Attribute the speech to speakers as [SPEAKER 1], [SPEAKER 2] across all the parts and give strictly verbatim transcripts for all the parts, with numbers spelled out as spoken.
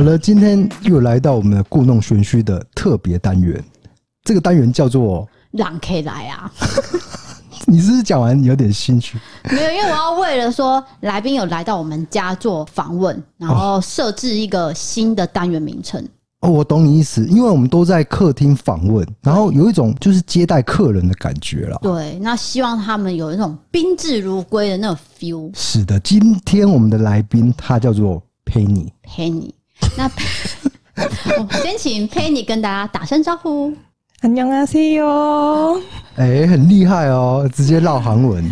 [SPEAKER 1] 了，今天又来到我们的故弄玄虚的特别单元，这个单元叫做
[SPEAKER 2] 让 K 来啊。
[SPEAKER 1] 你是不是讲完有点心虚？
[SPEAKER 2] 没有，因为我要为了说来宾有来到我们家做访问，然后设置一个新的单元名称。
[SPEAKER 1] 哦，我懂你意思，因为我们都在客厅访问，然后有一种就是接待客人的感觉啦。
[SPEAKER 2] 对，那希望他们有一种宾至如归的那种 feel。
[SPEAKER 1] 是的，今天我们的来宾他叫做 Penny。Penny，
[SPEAKER 2] 那我先请 Penny 跟大家打声招呼。
[SPEAKER 3] 안녕하세요。
[SPEAKER 1] 哎，很厉害哦，直接绕韩文。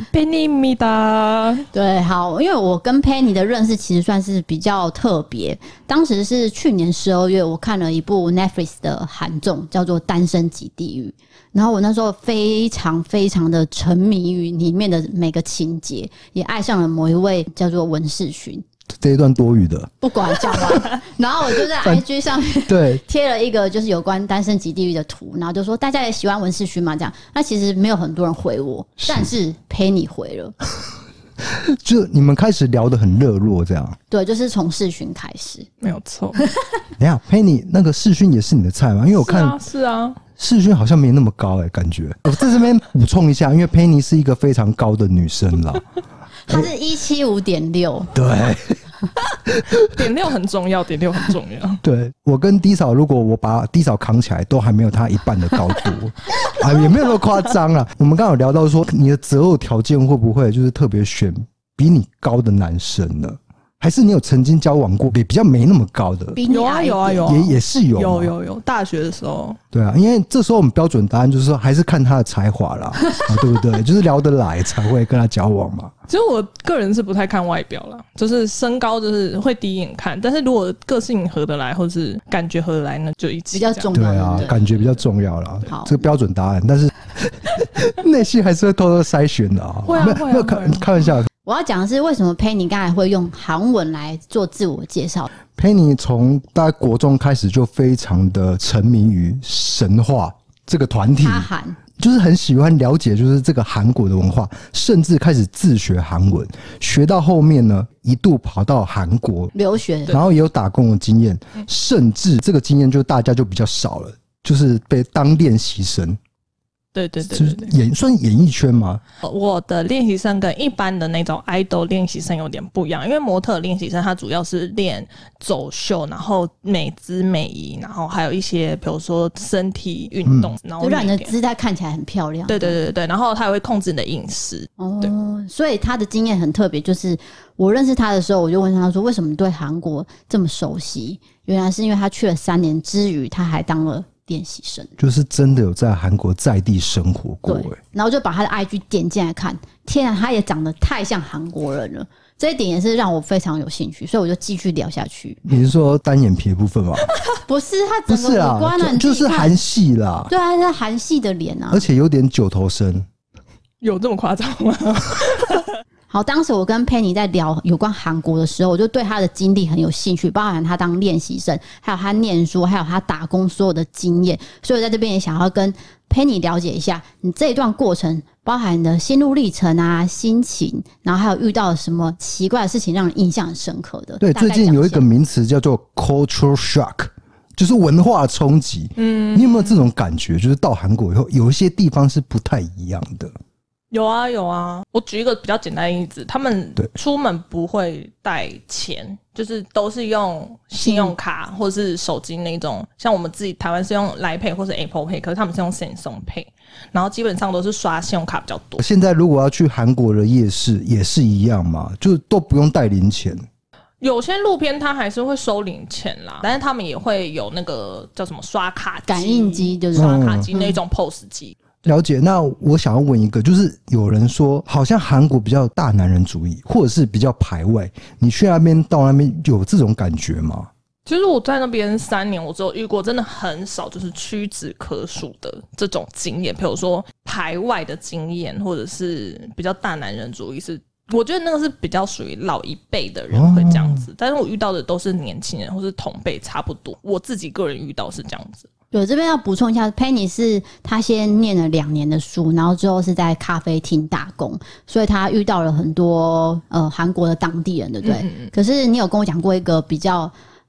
[SPEAKER 3] 팬입니다。
[SPEAKER 2] 对，好，因为我跟 Penny 的认识其实算是比较特别。当时是去年十二月，我看了一部 Netflix 的韩综，叫做《单身即地狱》。然后我那时候非常非常的沉迷于里面的每个情节，也爱上了某一位叫做文世勋。
[SPEAKER 1] 这一段多余的，
[SPEAKER 2] 不管讲完，然后我就在 I G 上面
[SPEAKER 1] 对
[SPEAKER 2] 贴了一个就是有关单身即地狱的图，然后就说大家也喜欢文世勋嘛，这样。那其实没有很多人回我，是但是Penny回了，
[SPEAKER 1] 就你们开始聊得很热络，这样。
[SPEAKER 2] 对，就是从世勋开始，
[SPEAKER 3] 没有错。
[SPEAKER 1] 等一下 ，Penny 那个世勋也是你的菜吗？因为我看
[SPEAKER 3] 是啊，
[SPEAKER 1] 世勋好像没那么高哎、欸，感觉。我在这边补充一下，因为 Penny 是一个非常高的女生啦。
[SPEAKER 2] 她是一七五点六，
[SPEAKER 1] 对，
[SPEAKER 3] 点六很重要，点六很重要。
[SPEAKER 1] 对，我跟 D 嫂，如果我把 D 嫂扛起来，都还没有她一半的高度啊，也没有那么夸张啦。我们刚刚有聊到说，你的择偶条件会不会就是特别选比你高的男生呢？还是你有曾经交往过比比较没那么高的？
[SPEAKER 3] 有啊有啊有啊，
[SPEAKER 1] 也也是有
[SPEAKER 3] 有有有。大学的时候，
[SPEAKER 1] 对啊，因为这时候我们标准答案就是说，还是看他的才华啦，啊、对不对？就是聊得来才会跟他交往嘛。
[SPEAKER 3] 其实我个人是不太看外表啦，就是身高就是会第一眼看，但是如果个性合得来或是感觉合得来，那就一起
[SPEAKER 2] 比较重要。
[SPEAKER 1] 对啊，感觉比较重要啦。
[SPEAKER 2] 好，
[SPEAKER 1] 这个标准答案，但是内心还是会偷偷筛选的啊。
[SPEAKER 3] 会啊，
[SPEAKER 1] 没有开开玩笑。
[SPEAKER 2] 我要讲的是为什么 Penny 刚才会用韩文来做自我介绍。
[SPEAKER 1] Penny 从大概国中开始就非常的沉迷于神话这个团体，
[SPEAKER 2] 哈韩
[SPEAKER 1] 就是很喜欢了解就是这个韩国的文化，甚至开始自学韩文，学到后面呢一度跑到韩国
[SPEAKER 2] 留学，
[SPEAKER 1] 然后也有打工的经验，甚至这个经验就大家就比较少了，就是被当练习生。
[SPEAKER 3] 对对对对对，
[SPEAKER 1] 演算演艺圈吗？
[SPEAKER 3] 我的练习生跟一般的那种 idol 练习生有点不一样，因为模特练习生他主要是练走秀，然后美姿美仪，然后还有一些比如说身体运动，嗯、然后
[SPEAKER 2] 就让你的姿态看起来很漂亮。
[SPEAKER 3] 对对对对，然后他也会控制你的饮食。
[SPEAKER 2] 哦，所以他的经验很特别，就是我认识他的时候，我就问他说：“为什么对韩国这么熟悉？”原来是因为他去了三年之余，他还当了练习生，
[SPEAKER 1] 就是真的有在韩国在地生活过。对，
[SPEAKER 2] 然后就把他的 I G 点进来看，天啊，他也长得太像韩国人了，这一点也是让我非常有兴趣，所以我就继续聊下去。
[SPEAKER 1] 你是说单眼皮的部分吗？
[SPEAKER 2] 不是，他整个五官啊，
[SPEAKER 1] 就, 就是韩系啦。
[SPEAKER 2] 对啊，他韩系的脸啊，
[SPEAKER 1] 而且有点九头身。
[SPEAKER 3] 有这么夸张吗？
[SPEAKER 2] 好，当时我跟 Penny 在聊有关韩国的时候，我就对他的经历很有兴趣，包含他当练习生，还有他念书，还有他打工所有的经验，所以我在这边也想要跟 Penny 了解一下你这一段过程，包含你的心路历程啊、心情，然后还有遇到什么奇怪的事情让你印象很深刻的。
[SPEAKER 1] 对，最近有一个名词叫做 cultural shock， 就是文化衝擊。嗯，你有没有这种感觉？就是到韩国以后，有一些地方是不太一样的。
[SPEAKER 3] 有啊有啊，我举一个比较简单的例子，他们出门不会带钱，就是都是用信用卡或是手机那种，像我们自己台湾是用 Line Pay 或是 Apple Pay， 可是他们是用 Samsung Pay， 然后基本上都是刷信用卡比较多。现
[SPEAKER 1] 在如果要去韩国的夜市也是一样嘛，就都不用带零钱。
[SPEAKER 3] 有些路边他还是会收零钱啦，但是他们也会有那个叫什么刷卡机、
[SPEAKER 2] 感应机，就是
[SPEAKER 3] 刷卡机那种 P O S 机。嗯，
[SPEAKER 1] 了解。那我想要问一个，就是有人说好像韩国比较大男人主义，或者是比较排外，你去那边到那边有这种感觉吗？
[SPEAKER 3] 其实我在那边三年，我只有遇过真的很少就是屈指可数的这种经验，比如说排外的经验，或者是比较大男人主义，是我觉得那个是比较属于老一辈的人会这样子，哦，但是我遇到的都是年轻人或是同辈差不多，我自己个人遇到是这样子。
[SPEAKER 2] 对，这边要补充一下 Penny 是他先念了两年的书，然后之后是在咖啡厅打工，所以他遇到了很多呃韩国的当地人，对不对？嗯嗯嗯。可是你有跟我讲过一个比较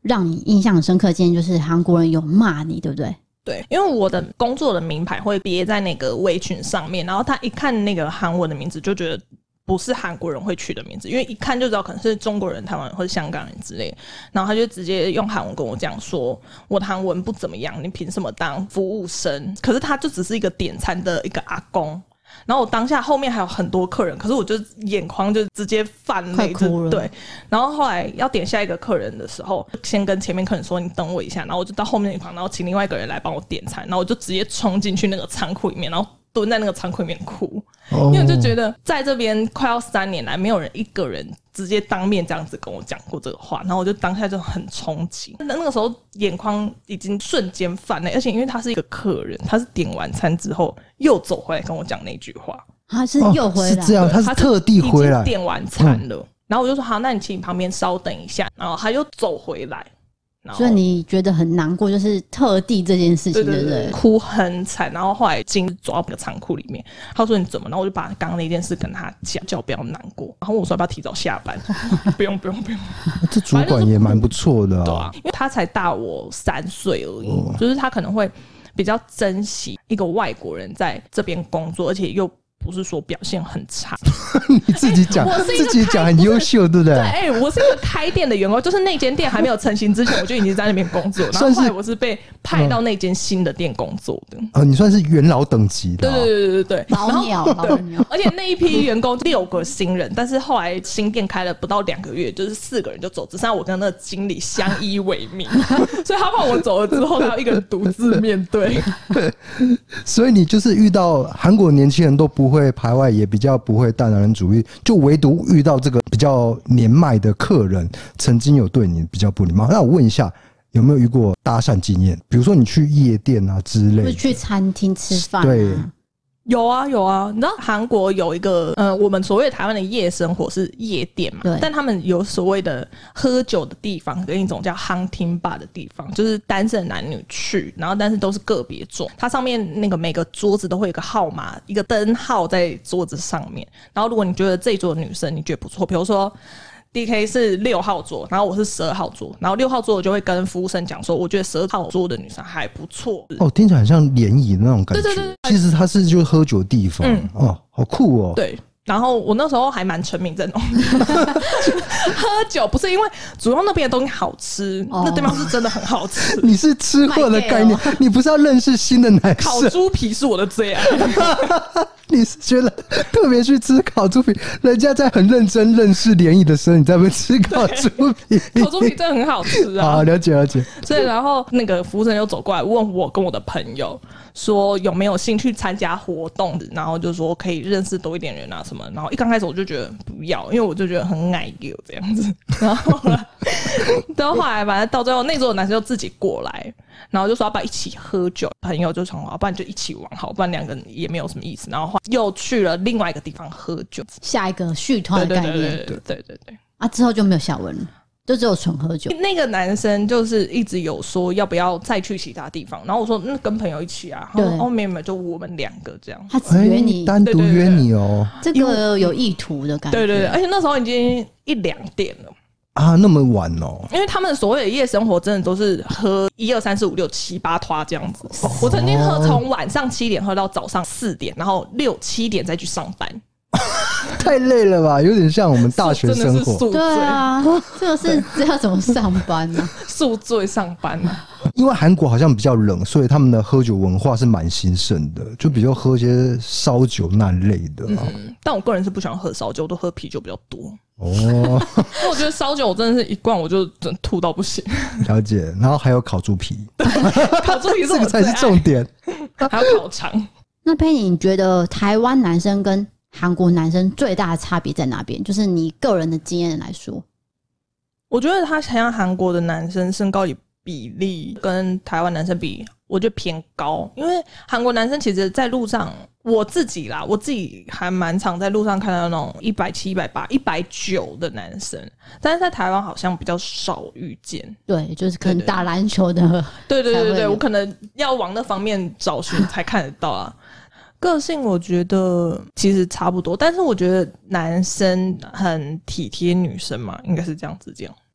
[SPEAKER 2] 让你印象深刻的经验就是韩国人有骂你，对不对？
[SPEAKER 3] 对，因为我的工作的名牌会别在那个围裙上面，然后他一看那个韩文的名字就觉得不是韩国人会取的名字，因为一看就知道可能是中国人、台湾人或者香港人之类，然后他就直接用韩文跟我讲说我的韩文不怎么样，你凭什么当服务生？可是他就只是一个点餐的一个阿公，然后我当下后面还有很多客人，可是我就眼眶就直接泛泪，
[SPEAKER 2] 快哭了。
[SPEAKER 3] 对，然后后来要点下一个客人的时候，先跟前面客人说你等我一下，然后我就到后面那旁，然后请另外一个人来帮我点餐，然后我就直接冲进去那个仓库里面，然后蹲在那个仓库里面哭，因为我就觉得在这边快要三年来，没有人一个人直接当面这样子跟我讲过这个话，然后我就当下就很冲击，那那个时候眼眶已经瞬间泛泪，而且因为他是一个客人，他是点完餐之后又走回来跟我讲那句话，
[SPEAKER 2] 他是又回来、
[SPEAKER 1] 哦、是这样，他是特地回来，
[SPEAKER 3] 已经点完餐了、嗯、然后我就说好，那你请你旁边稍等一下，然后他又走回来，
[SPEAKER 2] 所以你觉得很难过，就是特地这件事情，对不 对, 对, 对？
[SPEAKER 3] 哭很惨，然后后来进走到那个仓库里面，他说你怎么？然后我就把刚刚那件事跟他讲，叫我不要难过。然后我说要不要提早下班？不用不用不用。
[SPEAKER 1] 这主管也蛮不错的、啊，
[SPEAKER 3] 对啊，因为他才大我三岁而已、哦，就是他可能会比较珍惜一个外国人在这边工作，而且又不是说表现很差。
[SPEAKER 1] 你自己讲、欸，自己讲很优秀，对不对？
[SPEAKER 3] 对，哎、欸，我是一个开店的员工，就是那间店还没有成型之前，我就已经在那边工作。然后后来我是被派到那间新的店工作的。
[SPEAKER 1] 哦，你算是元老等级的、啊。
[SPEAKER 3] 对对对对对，
[SPEAKER 2] 老鸟，老鸟。
[SPEAKER 3] 而且那一批员工六个新人，但是后来新店开了不到两个月，就是四个人就走，只剩下我跟那个经理相依为命。所以他怕我走了之后，他要一个人独自面对。
[SPEAKER 1] 所以你就是遇到韩国年轻人都不会排外，也比较不会大男人主义，就唯独遇到这个比较年迈的客人，曾经有对你比较不礼貌。那我问一下，有没有遇过搭讪经验？比如说你去夜店啊之类的，
[SPEAKER 2] 或者去餐厅吃饭、啊，
[SPEAKER 3] 对。有啊有啊，你知道韩国有一个呃，我们所谓台湾的夜生活是夜店嘛，
[SPEAKER 2] 对，
[SPEAKER 3] 但他们有所谓的喝酒的地方跟一种叫 hunting bar 的地方，就是单身男女去，然后但是都是个别桌，它上面那个每个桌子都会有一个号码，一个灯号在桌子上面，然后如果你觉得这一桌的女生你觉得不错，比如说D K 是六号桌，然后我是十二号桌，然后六号桌我就会跟服务生讲说，我觉得十二号桌的女生还不错。
[SPEAKER 1] 哦，听起来很像联谊那种感觉。
[SPEAKER 3] 对对对，
[SPEAKER 1] 其实它是就是喝酒的地方。嗯，哦，好酷哦。
[SPEAKER 3] 对。然后我那时候还蛮沉迷这种喝酒，不是因为主要那边的东西好吃，哦、那地方是真的很好吃。
[SPEAKER 1] 你是吃货的概念，你不是要认识新的男生。
[SPEAKER 3] 烤猪皮是我的最爱。
[SPEAKER 1] 你是觉得特别去吃烤猪皮，人家在很认真认识联谊的时候，你在那边吃烤猪皮。
[SPEAKER 3] 烤猪皮真的很好吃啊！
[SPEAKER 1] 好，了解了解。
[SPEAKER 3] 所以然后那个服务生就走过来问我跟我的朋友说有没有兴趣参加活动，然后就说可以认识多一点人啊什么。然后一刚开始我就觉得不要，因为我就觉得很矮油这样子。然后后来，到后来反正到最后那桌的男生就自己过来，然后就说要不要一起喝酒。朋友就说好，不然就一起玩好，不然两个人也没有什么意思。然后又去了另外一个地方喝酒，
[SPEAKER 2] 下一个续团的概念。
[SPEAKER 3] 对对对对对对
[SPEAKER 2] 啊，之后就没有下文了。就只有纯喝酒。
[SPEAKER 3] 那个男生就是一直有说要不要再去其他地方，然后我说那跟朋友一起啊，然后哦没有没有，就我们两个这样。
[SPEAKER 2] 他只约你、
[SPEAKER 1] 欸、单独约你哦，
[SPEAKER 2] 这个有意图的感觉。
[SPEAKER 3] 对对对，而且那时候已经一两点了
[SPEAKER 1] 啊，那么晚哦。
[SPEAKER 3] 因为他们所谓的夜生活真的都是喝一二三四五六七八拖这样子。哦、我曾经喝从晚上七点喝到早上四点，然后六七点再去上班。
[SPEAKER 1] 太累了吧，有点像我们大学生活。
[SPEAKER 2] 对啊，这个是这要怎么上班呢、啊？
[SPEAKER 3] 宿醉上班啊。
[SPEAKER 1] 因为韩国好像比较冷，所以他们的喝酒文化是蛮兴盛的，就比较喝一些烧酒那类的、啊。
[SPEAKER 3] 嗯，但我个人是不喜欢喝烧酒，我都喝啤酒比较多。
[SPEAKER 1] 哦，
[SPEAKER 3] 因为我觉得烧酒我真的是一罐我就真吐到不行。
[SPEAKER 1] 了解，然后还有烤猪皮，
[SPEAKER 3] 烤猪皮是
[SPEAKER 1] 这个才是重点，
[SPEAKER 3] 还有烤肠。
[SPEAKER 2] 那佩妮，你觉得台湾男生跟韩国男生最大的差别在哪边？就是你个人的经验来说。
[SPEAKER 3] 我觉得他像韩国的男生身高比例跟台湾男生比，我觉得偏高。因为韩国男生其实在路上，我自己啦，我自己还蛮常在路上看到那种一百七、一百八、一百九的男生，但是在台湾好像比较少遇见。
[SPEAKER 2] 对，就是可能打篮球的。
[SPEAKER 3] 对对对对对，我可能要往那方面找寻才看得到啊。个性我觉得其实差不多，但是我觉得男生很体贴女生嘛，应该是这样子讲。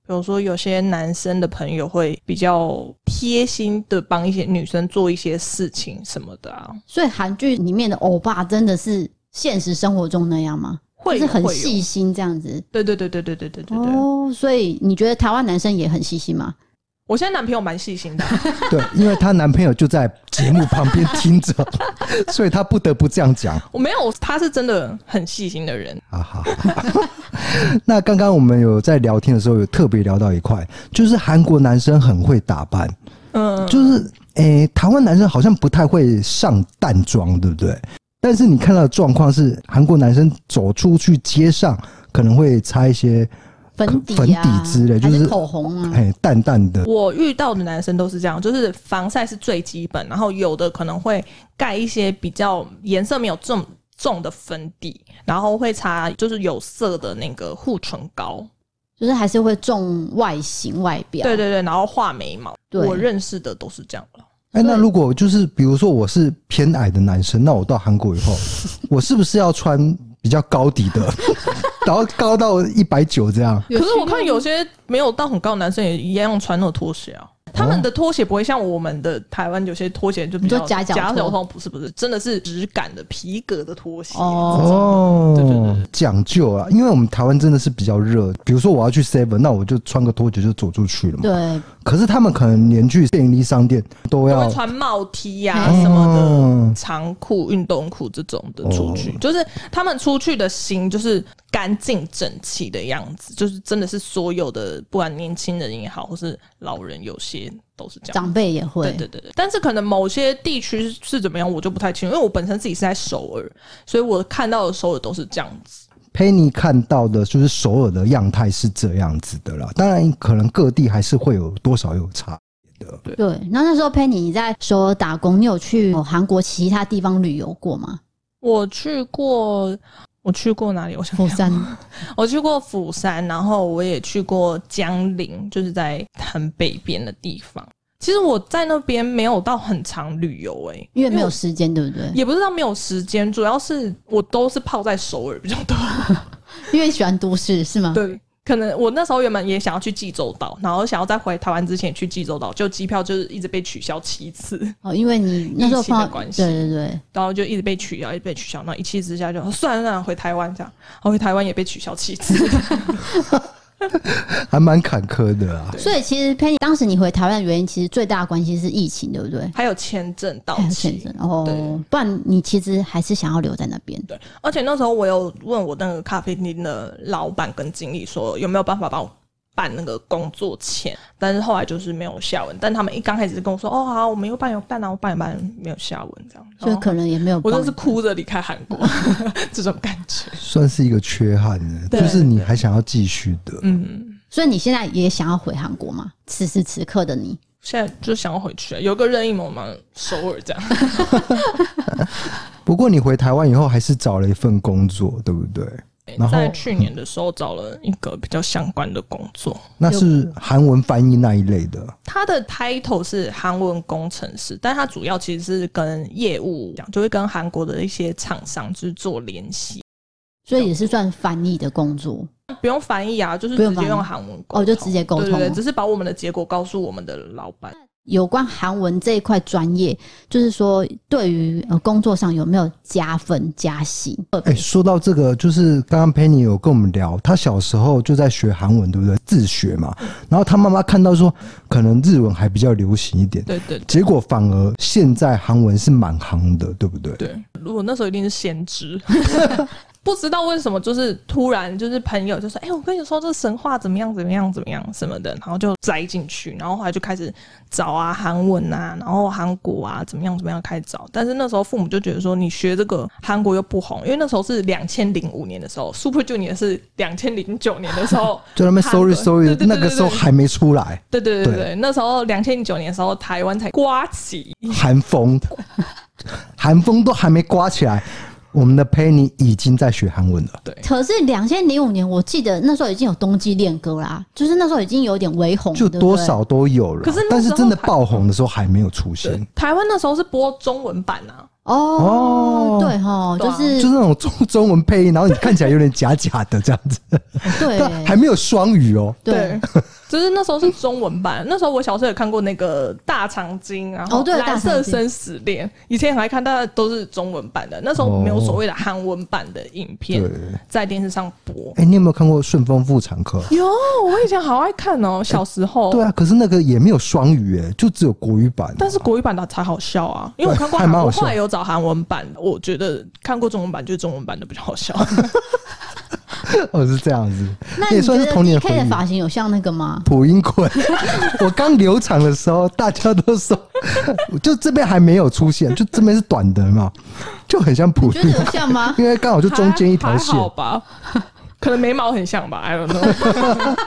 [SPEAKER 3] 比如说有些男生的朋友会比较贴心的帮一些女生做一些事情什么的啊。
[SPEAKER 2] 所以韩剧里面的欧巴真的是现实生活中那样吗？
[SPEAKER 3] 会
[SPEAKER 2] 就是很细心这样子。
[SPEAKER 3] 对对对对对对对对对。
[SPEAKER 2] 哦，所以你觉得台湾男生也很细心吗？
[SPEAKER 3] 我现在男朋友蛮细心的、啊，
[SPEAKER 1] 对，因为她男朋友就在节目旁边听着，所以她不得不这样讲。
[SPEAKER 3] 我没有，他是真的很细心的人。
[SPEAKER 1] 好好好。那刚刚我们有在聊天的时候，有特别聊到一块，就是韩国男生很会打扮，嗯，就是诶、欸，台湾男生好像不太会上淡妆，对不对？但是你看到的状况是，韩国男生走出去街上可能会擦一些。
[SPEAKER 2] 粉底、啊、
[SPEAKER 1] 粉底之类，就是
[SPEAKER 2] 口红啊，
[SPEAKER 1] 哎，淡淡的。
[SPEAKER 3] 我遇到的男生都是这样，就是防晒是最基本，然后有的可能会盖一些比较颜色没有重重的粉底，然后会擦就是有色的那个护唇膏，
[SPEAKER 2] 就是还是会重外形外表。对
[SPEAKER 3] 对对，然后画眉毛。我认识的都是这样了。
[SPEAKER 1] 哎、欸，那如果就是比如说我是偏矮的男生，那我到韩国以后，我是不是要穿比较高底的？然后高到一百九这样。
[SPEAKER 3] 可是我看有些没有到很高的男生也一样穿那种拖鞋啊。他们的拖鞋不会像我们的台湾有些拖鞋就比较
[SPEAKER 2] 夹脚拖，
[SPEAKER 3] 不是不是，真的是质感的皮革的拖鞋
[SPEAKER 1] 哦，对对对，讲究啊。因为我们台湾真的是比较热，比如说我要去 seven， 那我就穿个拖鞋就走出去了嘛。
[SPEAKER 2] 对。
[SPEAKER 1] 可是他们可能连去便利商店都要
[SPEAKER 3] 都会穿帽 T 呀、啊、什么的长裤、运动裤这种的出去，哦、就是他们出去的型就是干净整齐的样子，就是真的是所有的不管年轻人也好，或是老人，有些都是这样，
[SPEAKER 2] 长辈也会。
[SPEAKER 3] 对对对对，但是可能某些地区是怎么样，我就不太清楚，因为我本身自己是在首尔，所以我看到的首尔都是这样子。
[SPEAKER 1] Penny 看到的就是首尔的样态是这样子的啦，当然可能各地还是会有多少有差别的。
[SPEAKER 2] 对对，那那时候 Penny 你在首尔打工，你有去韩国其他地方旅游过吗？
[SPEAKER 3] 我去过，我去过哪里？我想想，
[SPEAKER 2] 釜山，
[SPEAKER 3] 我去过釜山，然后我也去过江陵，就是在很北边的地方。其实我在那边没有到很常旅游诶、欸，
[SPEAKER 2] 因为没有时间，对不对？
[SPEAKER 3] 也不是到没有时间，主要是我都是泡在首尔比较多，
[SPEAKER 2] 因为喜欢都市是吗？
[SPEAKER 3] 对，可能我那时候原本也想要去济州岛，然后想要在回台湾之前去济州岛，就机票就是一直被取消七次
[SPEAKER 2] 哦，因为你那时候
[SPEAKER 3] 碰到关系，
[SPEAKER 2] 对对对，
[SPEAKER 3] 然后就一直被取消，一直被取消，然后一气之下就算了算了，回台湾这样，然后回台湾也被取消七次。
[SPEAKER 1] 还蛮坎坷的啊。
[SPEAKER 2] 所以其实 Penny 当时你回台湾的原因，其实最大的关系是疫情，对不对？
[SPEAKER 3] 还有签证到期，
[SPEAKER 2] 签证哦，不然你其实还是想要留在那边。
[SPEAKER 3] 对，而且那时候我有问我那个咖啡厅的老板跟经理说，有没有办法帮我办那个工作签，但是后来就是没有下文。但他们一刚开始跟我说，哦好，我们有办有办啊，我办一办，没有下文这样，
[SPEAKER 2] 所以可能也没有。
[SPEAKER 3] 我真是哭着离开韩国，这种感觉
[SPEAKER 1] 算是一个缺憾呢，就是你还想要继续的。
[SPEAKER 3] 嗯，
[SPEAKER 2] 所以你现在也想要回韩国吗？此时此刻的你，
[SPEAKER 3] 现在就想要回去，有个任意门嘛，首尔这样。
[SPEAKER 1] 不过你回台湾以后还是找了一份工作，对不对？然后
[SPEAKER 3] 在去年的时候找了一个比较相关的工作，
[SPEAKER 1] 那是韩文翻译那一类的。
[SPEAKER 3] 他的 title 是韩文工程师，但他主要其实是跟业务讲，就会跟韩国的一些厂商就是做联系，
[SPEAKER 2] 所以也是算翻译的工作。
[SPEAKER 3] 不用翻译啊，就是直接用韩文沟通，
[SPEAKER 2] 哦，就直接沟通，
[SPEAKER 3] 对对对，只是把我们的结果告诉我们的老板。
[SPEAKER 2] 有关韩文这一块专业，就是说对于呃工作上有没有加分加薪？
[SPEAKER 1] 哎、欸，说到这个，就是刚刚 Penny 有跟我们聊，他小时候就在学韩文，对不对？自学嘛。然后他妈妈看到说，可能日文还比较流行一点，
[SPEAKER 3] 对 对, 对。
[SPEAKER 1] 结果反而现在韩文是蛮行的，对不对？
[SPEAKER 3] 对，如果那时候一定是先知。不知道为什么，就是突然就是朋友就说：“哎、欸，我跟你说这神话怎么样怎么样怎么样什么的。”然后就栽进去，然后后来就开始找啊韩文啊，然后韩国啊怎么样怎么样开始找。但是那时候父母就觉得说，你学这个韩国又不红，因为那时候是两千零五年的时候 ，Super Junior 是两千零九年的时候，
[SPEAKER 1] 就那边 sorry sorry， 那个时候还没出来。
[SPEAKER 3] 对对对 对, 對，那时候两千零九年的时候，台湾才刮起
[SPEAKER 1] 韩风，韩风都还没刮起来。我们的 Penny 已经在学韩文了。
[SPEAKER 3] 对，
[SPEAKER 2] 可是两千零五年，我记得那时候已经有冬季恋歌啦，就是那时候已经有点微红了，
[SPEAKER 1] 就多少都有了。
[SPEAKER 3] 可是
[SPEAKER 1] 但是真的爆红的时候还没有出现。
[SPEAKER 3] 台湾那时候是播中文版啊，
[SPEAKER 2] 哦，对齁，就是
[SPEAKER 1] 就是那种中中文配音，然后你看起来有点假假的这样子。
[SPEAKER 2] 对，
[SPEAKER 1] 还没有双语哦。
[SPEAKER 2] 对，
[SPEAKER 3] 就是那时候是中文版。那时候我小时候也看过那个大长今，然后蓝色生死恋，以前很爱看，但都是中文版的。那时候没有所谓的韩文版的影片在电视上播。
[SPEAKER 1] 哎、欸，你有没有看过《顺风妇产科》？
[SPEAKER 3] 有，我以前好爱看哦，小时候。
[SPEAKER 1] 欸、对啊，可是那个也没有双语，哎，就只有国语版。
[SPEAKER 3] 但是国语版的才好笑啊，因为我看过韩文，后来有找韩文版，我觉得看过中文版，就是中文版的比较好笑。
[SPEAKER 1] 哦，是这样子。
[SPEAKER 2] 那你觉得 D K 的发型有像那个吗？
[SPEAKER 1] 蒲英坤，我刚留长的时候，大家都说，就这边还没有出现，就这边是短的嘛，就很像蒲英坤。
[SPEAKER 2] 觉得有像吗？
[SPEAKER 1] 因为刚好就中间一条线。
[SPEAKER 3] 还好吧，可能眉毛很像吧 ，I don't know。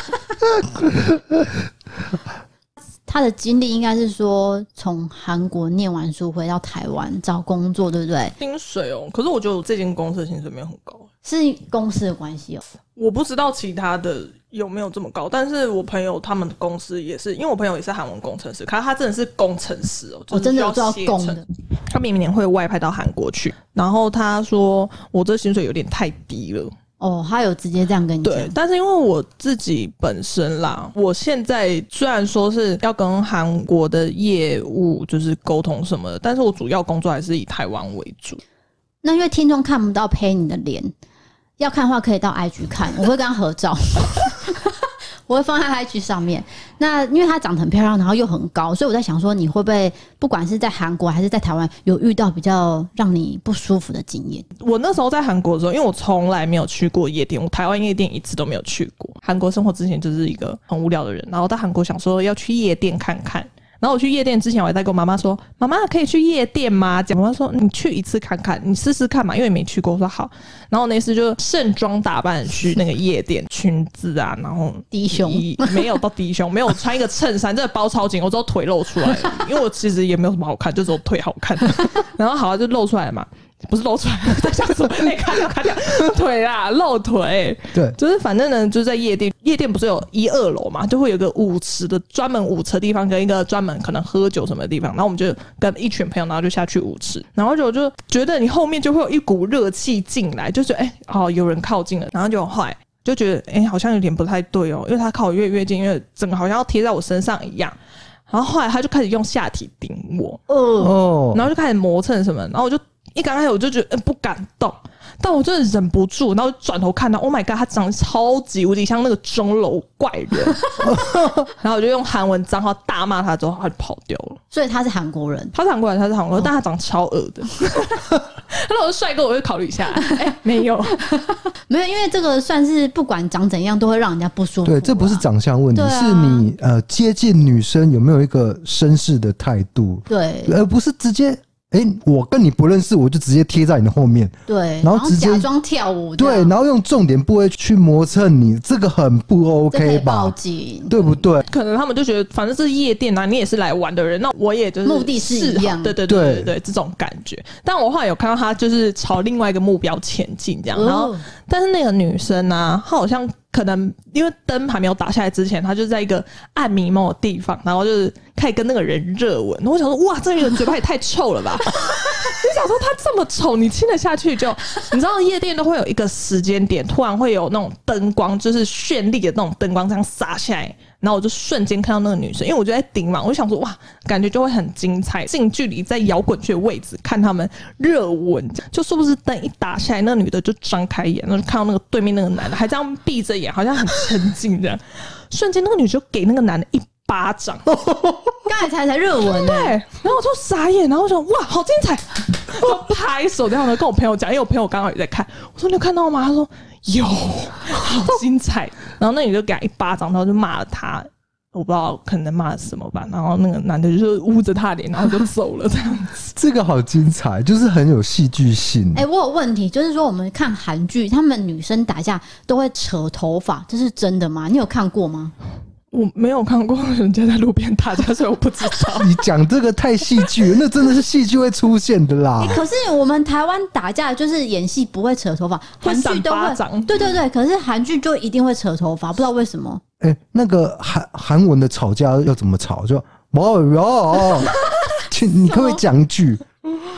[SPEAKER 2] 他的经历应该是说，从韩国念完书回到台湾找工作，对不对？
[SPEAKER 3] 薪水哦，可是我觉得我这间公司的薪水没有很高，
[SPEAKER 2] 是公司的关系哦。
[SPEAKER 3] 我不知道其他的有没有这么高，但是我朋友他们的公司也是，因为我朋友也是韩文工程师，可是他真的是工程师哦，
[SPEAKER 2] 我真的有做到工的。
[SPEAKER 3] 他明年会外派到韩国去，然后他说我这薪水有点太低了。
[SPEAKER 2] 哦，他有直接这样跟你讲。
[SPEAKER 3] 对，但是因为我自己本身啦，我现在虽然说是要跟韩国的业务就是沟通什么的，但是我主要工作还是以台湾为主。
[SPEAKER 2] 那因为听众看不到Penny的脸，要看的话可以到 I G 看，我会跟他合照。我会放在 I G 上面。那因为她长得很漂亮，然后又很高，所以我在想说，你会不会不管是在韩国还是在台湾，有遇到比较让你不舒服的经验？
[SPEAKER 3] 我那时候在韩国的时候，因为我从来没有去过夜店，我台湾夜店一次都没有去过。韩国生活之前就是一个很无聊的人，然后到韩国想说要去夜店看看。然后我去夜店之前，我还在跟我妈妈说：“妈妈可以去夜店吗？”讲妈妈说：“你去一次看看，你试试看嘛，因为你没去过。”我说好。然后那次就盛装打扮去那个夜店，裙子啊，然后
[SPEAKER 2] 低胸
[SPEAKER 3] 没有到低胸，没有穿一个衬衫，真的包超紧，我只有腿露出来，因为我其实也没有什么好看，就只有腿好看。然后好就露出来嘛。不是露出来，在想说，哎、欸，看掉看掉腿啦，露腿。
[SPEAKER 1] 对，
[SPEAKER 3] 就是反正呢，就在夜店，夜店不是有一二楼嘛，就会有个舞池的专门舞池的地方，跟一个专门可能喝酒什么的地方。然后我们就跟一群朋友，然后就下去舞池，然后就就觉得你后面就会有一股热气进来，就觉得哎、欸，哦，有人靠近了，然后就后来就觉得哎、欸，好像有点不太对哦，因为他靠我越越近，因为整个好像要贴在我身上一样。然后后来他就开始用下体顶我，
[SPEAKER 1] 哦，
[SPEAKER 3] 然后就开始磨蹭什么，然后我就。一刚开始我就觉得、呃、不敢动，但我真的忍不住，然后转头看到 ，Oh my god， 他长得超级无敌像那个钟楼怪人，然后我就用韩文脏话大骂他，之后他就跑掉了。
[SPEAKER 2] 所以他是韩国人，
[SPEAKER 3] 他是韩国人，他是韩国人，哦、但他长得超恶的。他如果是帅哥，我会考虑一下。哎、欸，没有，
[SPEAKER 2] 没有，因为这个算是不管长怎样都会让人家不舒服、啊。
[SPEAKER 1] 对，这不是长相问题，啊、是你呃接近女生有没有一个绅士的态度，
[SPEAKER 2] 对，
[SPEAKER 1] 而不是直接。哎、欸，我跟你不认识，我就直接贴在你的后面，
[SPEAKER 2] 对，
[SPEAKER 1] 然后直接
[SPEAKER 2] 假装跳舞，
[SPEAKER 1] 对，然后用重点部位去磨蹭你，这个很不 OK 吧？
[SPEAKER 2] 报警，
[SPEAKER 1] 对不对？
[SPEAKER 3] 可能他们就觉得，反正是夜店啊，你也是来玩的人，那我也就是
[SPEAKER 2] 目的是一样，
[SPEAKER 3] 对对对对 对, 对，这种感觉。但我后来有看到他就是朝另外一个目标前进，这样，然后，但是那个女生啊，她好像。可能因为灯还没有打下来之前，他就在一个暗迷蒙的地方，然后就是开始跟那个人热吻。我想说，哇，这个人嘴巴也太臭了吧！你想说他这么丑，你亲得下去就？你知道夜店都会有一个时间点，突然会有那种灯光，就是绚丽的那种灯光这样洒下来。然后我就瞬间看到那个女生，因为我就在顶嘛，我就想说哇，感觉就会很精彩。近距离在摇滚区的位置看他们热吻，就说不是灯一打下来，那个女的就张开眼，然后就看到那个对面那个男的还这样闭着眼，好像很沉浸这样。瞬间那个女的就给那个男的一巴掌，
[SPEAKER 2] 刚才才才热吻，
[SPEAKER 3] 对，然后我就傻眼，然后我说哇，好精彩，就拍手这样的跟我朋友讲，因为我朋友刚好也在看，我说你有看到吗？他说有，好精彩。然后那女的给他一巴掌，然后就骂了他，我不知道可能骂了什么吧。然后那个男的就是捂着他的脸，然后就走了这样子。
[SPEAKER 1] 这个好精彩，就是很有戏剧性。
[SPEAKER 2] 哎、欸，我有问题，就是说我们看韩剧，他们女生打架都会扯头发，这是真的吗？你有看过吗？
[SPEAKER 3] 我没有看过人家在路边打架，所以我不知道。
[SPEAKER 1] 你讲这个太戏剧，那真的是戏剧会出现的啦。
[SPEAKER 2] 欸、可是我们台湾打架就是演戏不会扯头发，韩剧都会。对对对，可是韩剧就一定会扯头发，不知道为什么。
[SPEAKER 1] 哎、欸，那个韩韩文的吵架要怎么吵？就哦哟，你可不可以讲一句？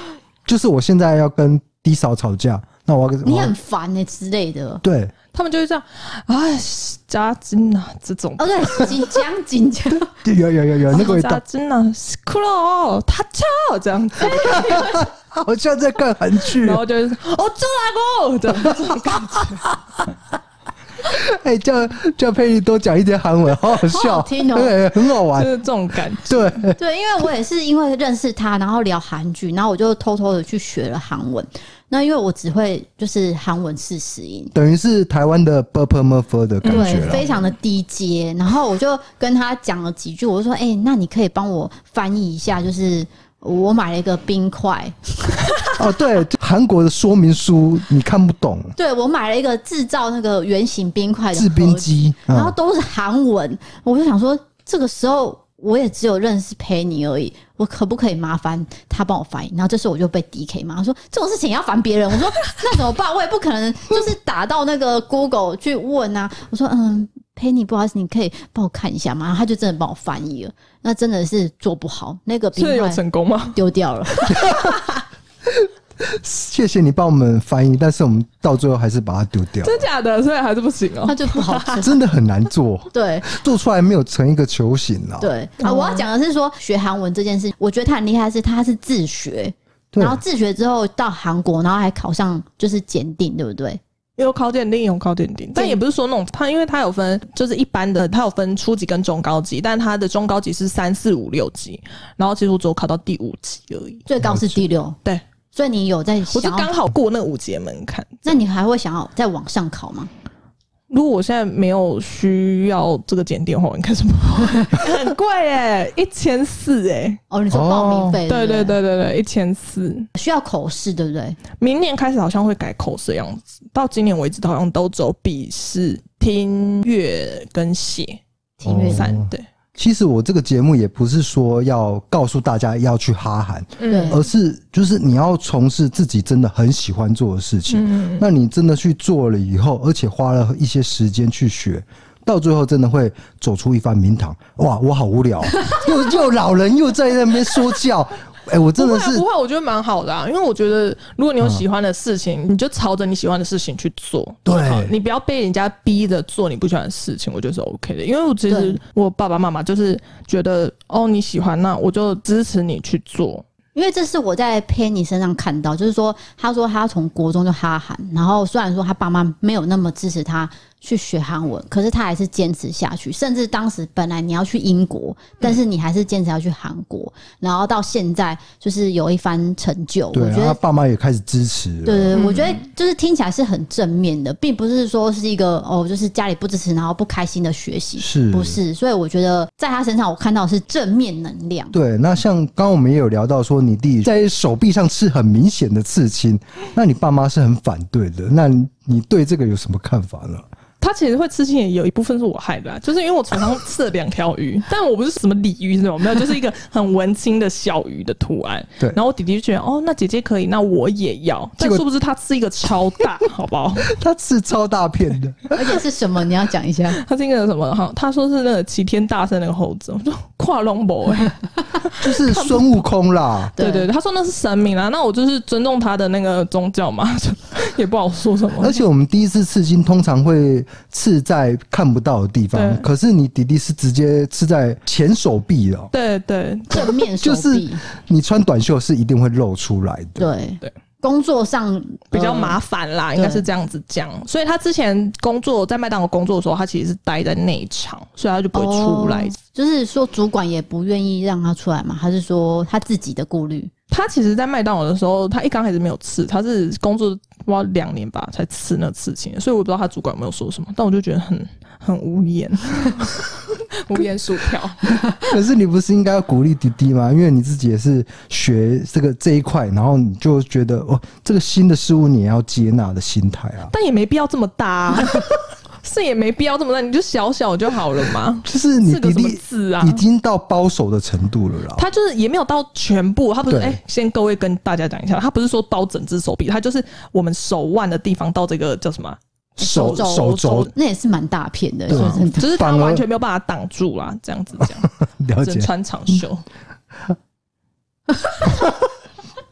[SPEAKER 1] 就是我现在要跟 D 嫂吵架，那我要跟
[SPEAKER 2] 你很烦哎、欸、之类的。
[SPEAKER 1] 对，他
[SPEAKER 3] 们就会这样，哎，加金啊这种。
[SPEAKER 2] 哦，对，紧张紧张，
[SPEAKER 1] 有有有有那个味道。
[SPEAKER 3] 加金啊，哭了，他跳这样子，
[SPEAKER 1] 好像在看韩剧，
[SPEAKER 3] 然后就是哦，这来过，这样这种感觉。
[SPEAKER 1] 哎、欸，叫叫佩妮多讲一点韩文，好好笑，
[SPEAKER 2] 好好听哦，
[SPEAKER 1] 对，很好玩，
[SPEAKER 3] 就是这种感觉。
[SPEAKER 1] 对
[SPEAKER 2] 对，因为我也是因为认识他，然后聊韩剧，然后我就偷偷的去学了韩文。那因为我只会就是韩文四十音，
[SPEAKER 1] 等于是台湾的 Burpmurfer 的感觉，
[SPEAKER 2] 对，非常的低阶。然后我就跟他讲了几句，我就说：“哎、欸，那你可以帮我翻译一下，就是我买了一个冰块。”
[SPEAKER 1] 哦，对，韩国的说明书你看不懂。
[SPEAKER 2] 对，我买了一个制造那个圆形冰块的
[SPEAKER 1] 制冰机，
[SPEAKER 2] 嗯、然后都是韩文，我就想说，这个时候我也只有认识陪你而已，我可不可以麻烦他帮我翻译？然后这时候我就被 D K 骂，他说这种事情也要烦别人。我说那怎么办？我也不可能就是打到那个 Google 去问啊。我说嗯，陪你不好意思，你可以帮我看一下吗？然后他就真的帮我翻译了，那真的是做不好，那个冰块
[SPEAKER 3] 有成功吗？
[SPEAKER 2] 丢掉了。
[SPEAKER 1] 谢谢你帮我们翻译，但是我们到最后还是把它丢掉。
[SPEAKER 3] 真假的？所以还是不行哦、喔，
[SPEAKER 2] 它就不好吃，
[SPEAKER 1] 真的很难做。
[SPEAKER 2] 对，
[SPEAKER 1] 做出来没有成一个球形啊。
[SPEAKER 2] 对啊，我要讲的是说学韩文这件事，我觉得他很厉害，是他是自学，然后自学之后到韩国，然后还考上就是检定，对不对？
[SPEAKER 3] 有考检定，有考检定，但也不是说那种他，因为他有分，就是一般的，他有分初级跟中高级，但他的中高级是三四五六级，然后其实我只有考到第五级而已，
[SPEAKER 2] 最高是第六，
[SPEAKER 3] 对，
[SPEAKER 2] 所以你有在想，
[SPEAKER 3] 我就刚好过那五节门槛。
[SPEAKER 2] 那你还会想要再往上考吗？
[SPEAKER 3] 如果我现在没有需要这个检定的话，我应该是不会。很贵哎，一千四哎。
[SPEAKER 2] 哦，你说报名费？
[SPEAKER 3] 对对对对对，一千四。
[SPEAKER 2] 需要口试，对不对？
[SPEAKER 3] 明年开始好像会改口试的样子，到今年为止好像都走笔试、听阅跟写。
[SPEAKER 2] 听阅
[SPEAKER 3] 三对。
[SPEAKER 1] 其实我这个节目也不是说要告诉大家要去哈韩，
[SPEAKER 2] 嗯，
[SPEAKER 1] 而是就是你要从事自己真的很喜欢做的事情。嗯，那你真的去做了以后，而且花了一些时间去学，到最后真的会走出一番名堂。哇，我好无聊，又又老人又在那边说教。哎、欸，我真的是
[SPEAKER 3] 不会、啊，不会，我觉得蛮好的啊。因为我觉得，如果你有喜欢的事情，嗯、你就朝着你喜欢的事情去做。
[SPEAKER 1] 对，
[SPEAKER 3] 你不要被人家逼着做你不喜欢的事情，我觉得是 OK 的。因为我其实我爸爸妈妈就是觉得，哦，你喜欢，那我就支持你去做。
[SPEAKER 2] 因为这是我在 Penny 身上看到，就是说，他说他从国中就哈韩，然后虽然说他爸妈没有那么支持他去学韩文，可是他还是坚持下去。甚至当时本来你要去英国，但是你还是坚持要去韩国，然后到现在就是有一番成就。
[SPEAKER 1] 对，
[SPEAKER 2] 我觉得
[SPEAKER 1] 他爸妈也开始支持了。
[SPEAKER 2] 对对对，我觉得就是听起来是很正面的，并不是说是一个哦，就是家里不支持然后不开心的学习，
[SPEAKER 1] 是
[SPEAKER 2] 不是？所以我觉得在他身上我看到的是正面能量。
[SPEAKER 1] 对，那像刚刚我们也有聊到说，你弟在手臂上刺很明显的刺青，那你爸妈是很反对的，那你对这个有什么看法呢？
[SPEAKER 3] 他其实会刺青也有一部分是我害的、啊，就是因为我手上刺了两条鱼，但我不是什么鲤鱼那种，没有，就是一个很文青的小鱼的图案。
[SPEAKER 1] 对，
[SPEAKER 3] 然后我弟弟就觉得，哦，那姐姐可以，那我也要。但殊不知他刺一个超大，好不好？
[SPEAKER 1] 他刺超大片的，
[SPEAKER 2] 而且是什么？你要讲一下。
[SPEAKER 3] 他是一个什么？哈，他说是那个齐天大圣那个猴子，我说跨龙博哎，
[SPEAKER 1] 就是孙悟空啦。
[SPEAKER 3] 对对对，他说那是神明啦，那我就是尊重他的那个宗教嘛，也不好说什么。
[SPEAKER 1] 而且我们第一次刺青通常会刺在看不到的地方，可是你弟弟是直接刺在前手臂了。
[SPEAKER 3] 对对，
[SPEAKER 2] 正面手臂，
[SPEAKER 1] 就是你穿短袖是一定会露出来的。
[SPEAKER 2] 对
[SPEAKER 3] 对，
[SPEAKER 2] 工作上
[SPEAKER 3] 比较麻烦啦，呃、应该是这样子讲。所以他之前工作在麦当劳工作的时候，他其实是待在内场，所以他就不会出来。哦、
[SPEAKER 2] 就是说主管也不愿意让他出来嘛，还是说他自己的顾虑？
[SPEAKER 3] 他其实，在麦当劳的时候，他一刚开始没有刺，他是工作不知道两年吧才刺那刺青，所以我不知道他主管有没有说什么，但我就觉得很很无言，无言薯条。
[SPEAKER 1] 可是你不是应该要鼓励弟弟吗？因为你自己也是学这个这一块，然后你就觉得哦，这个新的事物你也要接纳的心态啊。
[SPEAKER 3] 但也没必要这么大、啊。是也没必要这么大，你就小小就好了嘛。
[SPEAKER 1] 就是你弟弟
[SPEAKER 3] 字啊，
[SPEAKER 1] 已经到包手的程度了啦。
[SPEAKER 3] 他就是也没有到全部，他不是哎、欸，先各位跟大家讲一下，他不是说包整只手臂，他就是我们手腕的地方到这个叫什么
[SPEAKER 1] 手手肘，
[SPEAKER 2] 那也是蛮大片的，
[SPEAKER 3] 啊、只是他完全没有办法挡住啦，这样子讲，
[SPEAKER 1] 了解，
[SPEAKER 3] 只能穿长袖。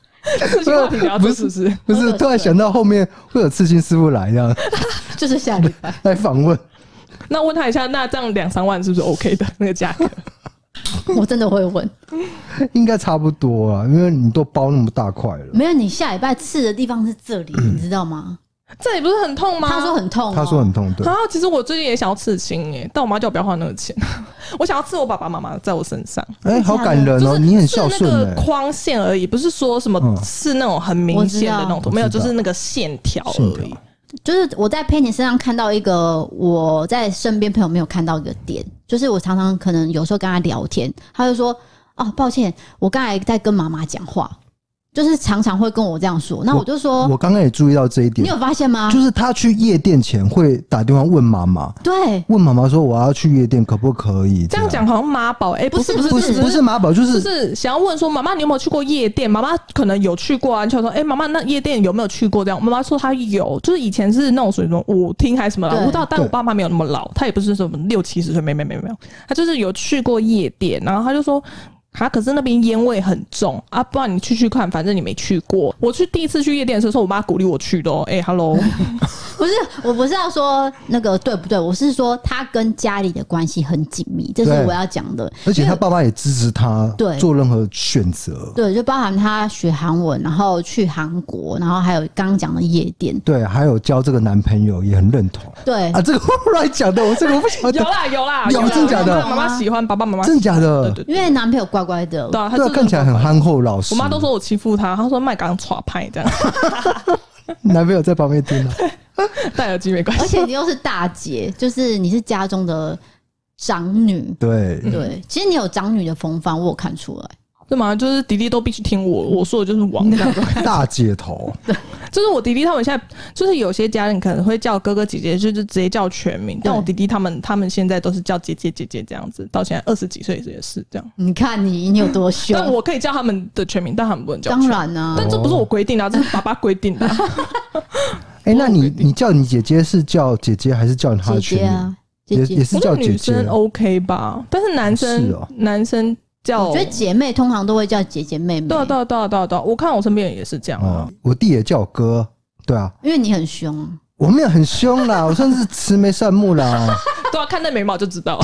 [SPEAKER 3] 刺青话题聊不是不是
[SPEAKER 1] 不是，突然想到后面会有刺青师傅来这样，
[SPEAKER 2] 就是下礼拜
[SPEAKER 1] 来访问。
[SPEAKER 3] 那问他一下，那这样两三万是不是 OK 的那个价格？
[SPEAKER 2] 我真的会问，
[SPEAKER 1] 应该差不多啊，因为你都包那么大块了。
[SPEAKER 2] 没有，你下礼拜刺的地方是这里，你知道吗？
[SPEAKER 3] 这里不是很痛吗？
[SPEAKER 2] 他说很痛、哦，
[SPEAKER 1] 他说很痛，对。
[SPEAKER 3] 啊，其实我最近也想要刺青耶，但我妈叫我不要花那个钱。我想要刺我爸爸妈妈在我身上。
[SPEAKER 1] 哎、欸，好感人哦！
[SPEAKER 3] 就是
[SPEAKER 1] 你很孝顺哎。
[SPEAKER 3] 是那个框线而已，不是说什么是那种很明显的那种图，没有，就是那个线条而已。
[SPEAKER 2] 就是我在佩妮身上看到一个我在身边朋友没有看到一个点，就是我常常可能有时候跟他聊天，他就说：“哦，抱歉，我刚才在跟妈妈讲话。”就是常常会跟我这样说，那我就说，
[SPEAKER 1] 我刚刚也注意到这一点，
[SPEAKER 2] 你有发现吗？
[SPEAKER 1] 就是他去夜店前会打电话问妈妈，
[SPEAKER 2] 对，
[SPEAKER 1] 问妈妈说我要去夜店可不可以？
[SPEAKER 3] 这样讲好像妈宝，哎、欸，不是不是
[SPEAKER 1] 不是不是妈宝，就是
[SPEAKER 3] 就是想要问说妈妈你有没有去过夜店？妈妈可能有去过啊，就说哎妈妈那夜店有没有去过？这样妈妈说她有，就是以前是那种属于那种舞厅还是什么啦，我不知道，但我爸妈没有那么老，他也不是什么六七十岁，没没没没有，他就是有去过夜店，然后他就说。啊！可是那边烟味很重啊，不然你去去看，反正你没去过。我去第一次去夜店的时候，我妈鼓励我去的哦。哎、欸、，Hello，
[SPEAKER 2] 不是，我不是要说那个对不对，我是说他跟家里的关系很紧密，这是我要讲的。
[SPEAKER 1] 而且他爸爸也支持他做任何选择，
[SPEAKER 2] 对，就包含他学韩文，然后去韩国，然后还有刚刚讲的夜店，
[SPEAKER 1] 对，还有交这个男朋友也很认同。
[SPEAKER 2] 对
[SPEAKER 1] 啊，这个我乱讲的，我这个我不晓得。
[SPEAKER 3] 有啦有啦，
[SPEAKER 1] 有真假的？
[SPEAKER 3] 妈妈喜欢，爸爸妈妈
[SPEAKER 1] 真的假的？
[SPEAKER 3] 对对，
[SPEAKER 2] 因为男朋友乖乖的，
[SPEAKER 3] 对啊，他
[SPEAKER 1] 对看起来很憨厚老实。
[SPEAKER 3] 我妈都说我欺负他，她说麦刚耍派这样。
[SPEAKER 1] 男朋友在旁边听了，
[SPEAKER 3] 戴耳机没关系。
[SPEAKER 2] 而且你又是大姐，就是你是家中的长女，
[SPEAKER 1] 对
[SPEAKER 2] 对，其实你有长女的风范，我有看出来。
[SPEAKER 3] 对嘛？就是弟弟都必须听我，我说的就是王这样子。
[SPEAKER 1] 大姐头，
[SPEAKER 3] 对，就是我弟弟他们现在，就是有些家人可能会叫哥哥姐姐，就是直接叫全名。但我弟弟他们，他们现在都是叫姐姐姐姐这样子，到现在二十几岁也是这样。
[SPEAKER 2] 你看你你有多凶？
[SPEAKER 3] 但我可以叫他们的全名，但他们不能叫全名。
[SPEAKER 2] 当然啊，
[SPEAKER 3] 但这不是我规定的、啊，这是爸爸规定的、啊。
[SPEAKER 1] 哎、欸，那你你叫你姐姐是叫姐姐还是叫她的全名？啊、姐姐也也是叫姐姐。
[SPEAKER 3] 女生 OK 吧？但是男生，
[SPEAKER 1] 哦、
[SPEAKER 3] 男生。
[SPEAKER 2] 我觉得姐妹通常都会叫姐姐妹妹。
[SPEAKER 3] 对啊对啊对啊对啊对啊！我看我身边人也是这样啊、
[SPEAKER 1] 嗯。我弟也叫我哥，对啊，
[SPEAKER 2] 因为你很凶啊。
[SPEAKER 1] 我没有很凶啦，我算是慈眉善目啦。
[SPEAKER 3] 对啊，看那眉毛就知道。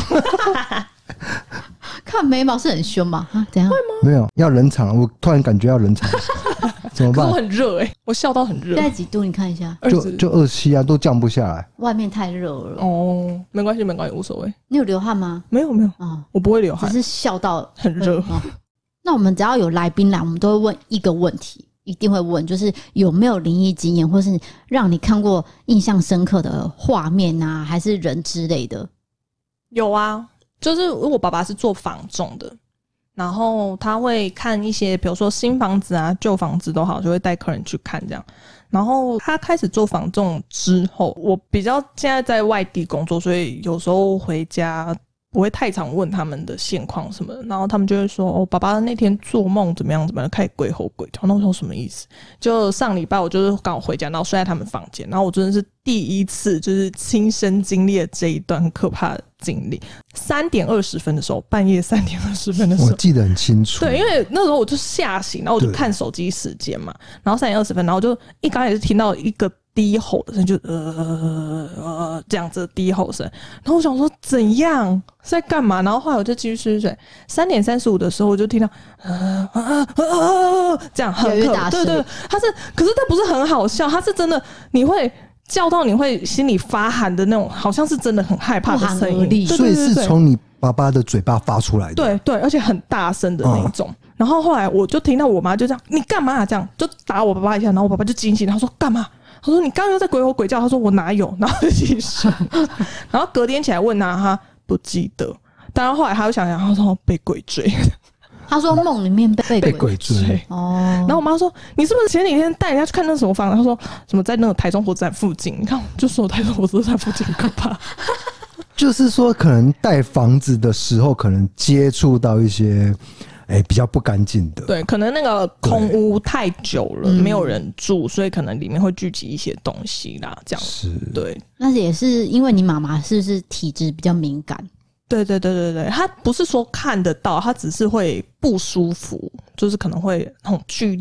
[SPEAKER 2] 看眉毛是很凶吗？啊，怎样？会吗？
[SPEAKER 1] 没有，要冷场。我突然感觉要冷场，怎么办？
[SPEAKER 3] 我很热哎、欸，我笑到很热。
[SPEAKER 2] 现在几度？你看一下，
[SPEAKER 1] 就就二七啊，都降不下来。
[SPEAKER 2] 外面太热了。
[SPEAKER 3] 哦，没关系，没关系，无所谓。
[SPEAKER 2] 你有流汗吗？
[SPEAKER 3] 没有，没有。哦，我不会流汗，
[SPEAKER 2] 只是笑到
[SPEAKER 3] 很热、
[SPEAKER 2] 哦。那我们只要有来宾来，我们都会问一个问题，一定会问，就是有没有灵异经验，或是让你看过印象深刻的画面啊，还是人之类的？
[SPEAKER 3] 有啊。就是我爸爸是做房仲的，然后他会看一些比如说新房子啊旧房子都好，就会带客人去看这样。然后他开始做房仲之后，我比较现在在外地工作，所以有时候回家不会太常问他们的现况什么的，然后他们就会说哦，爸爸那天做梦怎么样怎么样，开始鬼吼鬼叫。那我说什么意思？就上礼拜我就是刚好回家，然后睡在他们房间，然后我真的是第一次就是亲身经历了这一段很可怕的经历。三点二十分的时候，半夜三点二十分的时候，
[SPEAKER 1] 我记得很清楚。
[SPEAKER 3] 对，因为那时候我就吓醒，然后我就看手机时间嘛，然后三点二十分，然后就一刚开始听到一个低吼的声音，就呃呃这样子的低吼声，然后我想说怎样是在干嘛？然后后来我就继续睡睡。三点三十五的时候，我就听到呃呃呃呃这样很可怕，对对，他是，可是他不是很好笑，他是真的，你会叫到你会心里发寒的那种，好像是真的很害怕的声音，
[SPEAKER 1] 所以是从你爸爸的嘴巴发出来的，
[SPEAKER 3] 对对，而且很大声的那种。嗯、然后后来我就听到我妈就这样，你干嘛、啊、这样，就打我爸爸一下，然后我爸爸就惊醒，他说干嘛？他说你刚刚又在鬼吼鬼叫，他说我哪有，然后就继续睡。然后隔天起来问他，他不记得。当然后来他又想想，他说被鬼追。
[SPEAKER 2] 他说梦里面被
[SPEAKER 1] 被鬼追
[SPEAKER 2] 哦。
[SPEAKER 3] 然后我妈说你是不是前几天带人家去看那什么房子？他说什么在那个台中火车站附近。你看就说台中火车站附近很可怕。
[SPEAKER 1] 就是说可能带房子的时候可能接触到一些欸、比较不干净的，
[SPEAKER 3] 对，可能那个空屋太久了，没有人住，所以可能里面会聚集一些东西啦，这样
[SPEAKER 1] 是，
[SPEAKER 3] 对。
[SPEAKER 2] 那也是因为你妈妈是不是体质比较敏感？
[SPEAKER 3] 对对对对对，她不是说看得到，她只是会不舒服，就是可能会很剧烈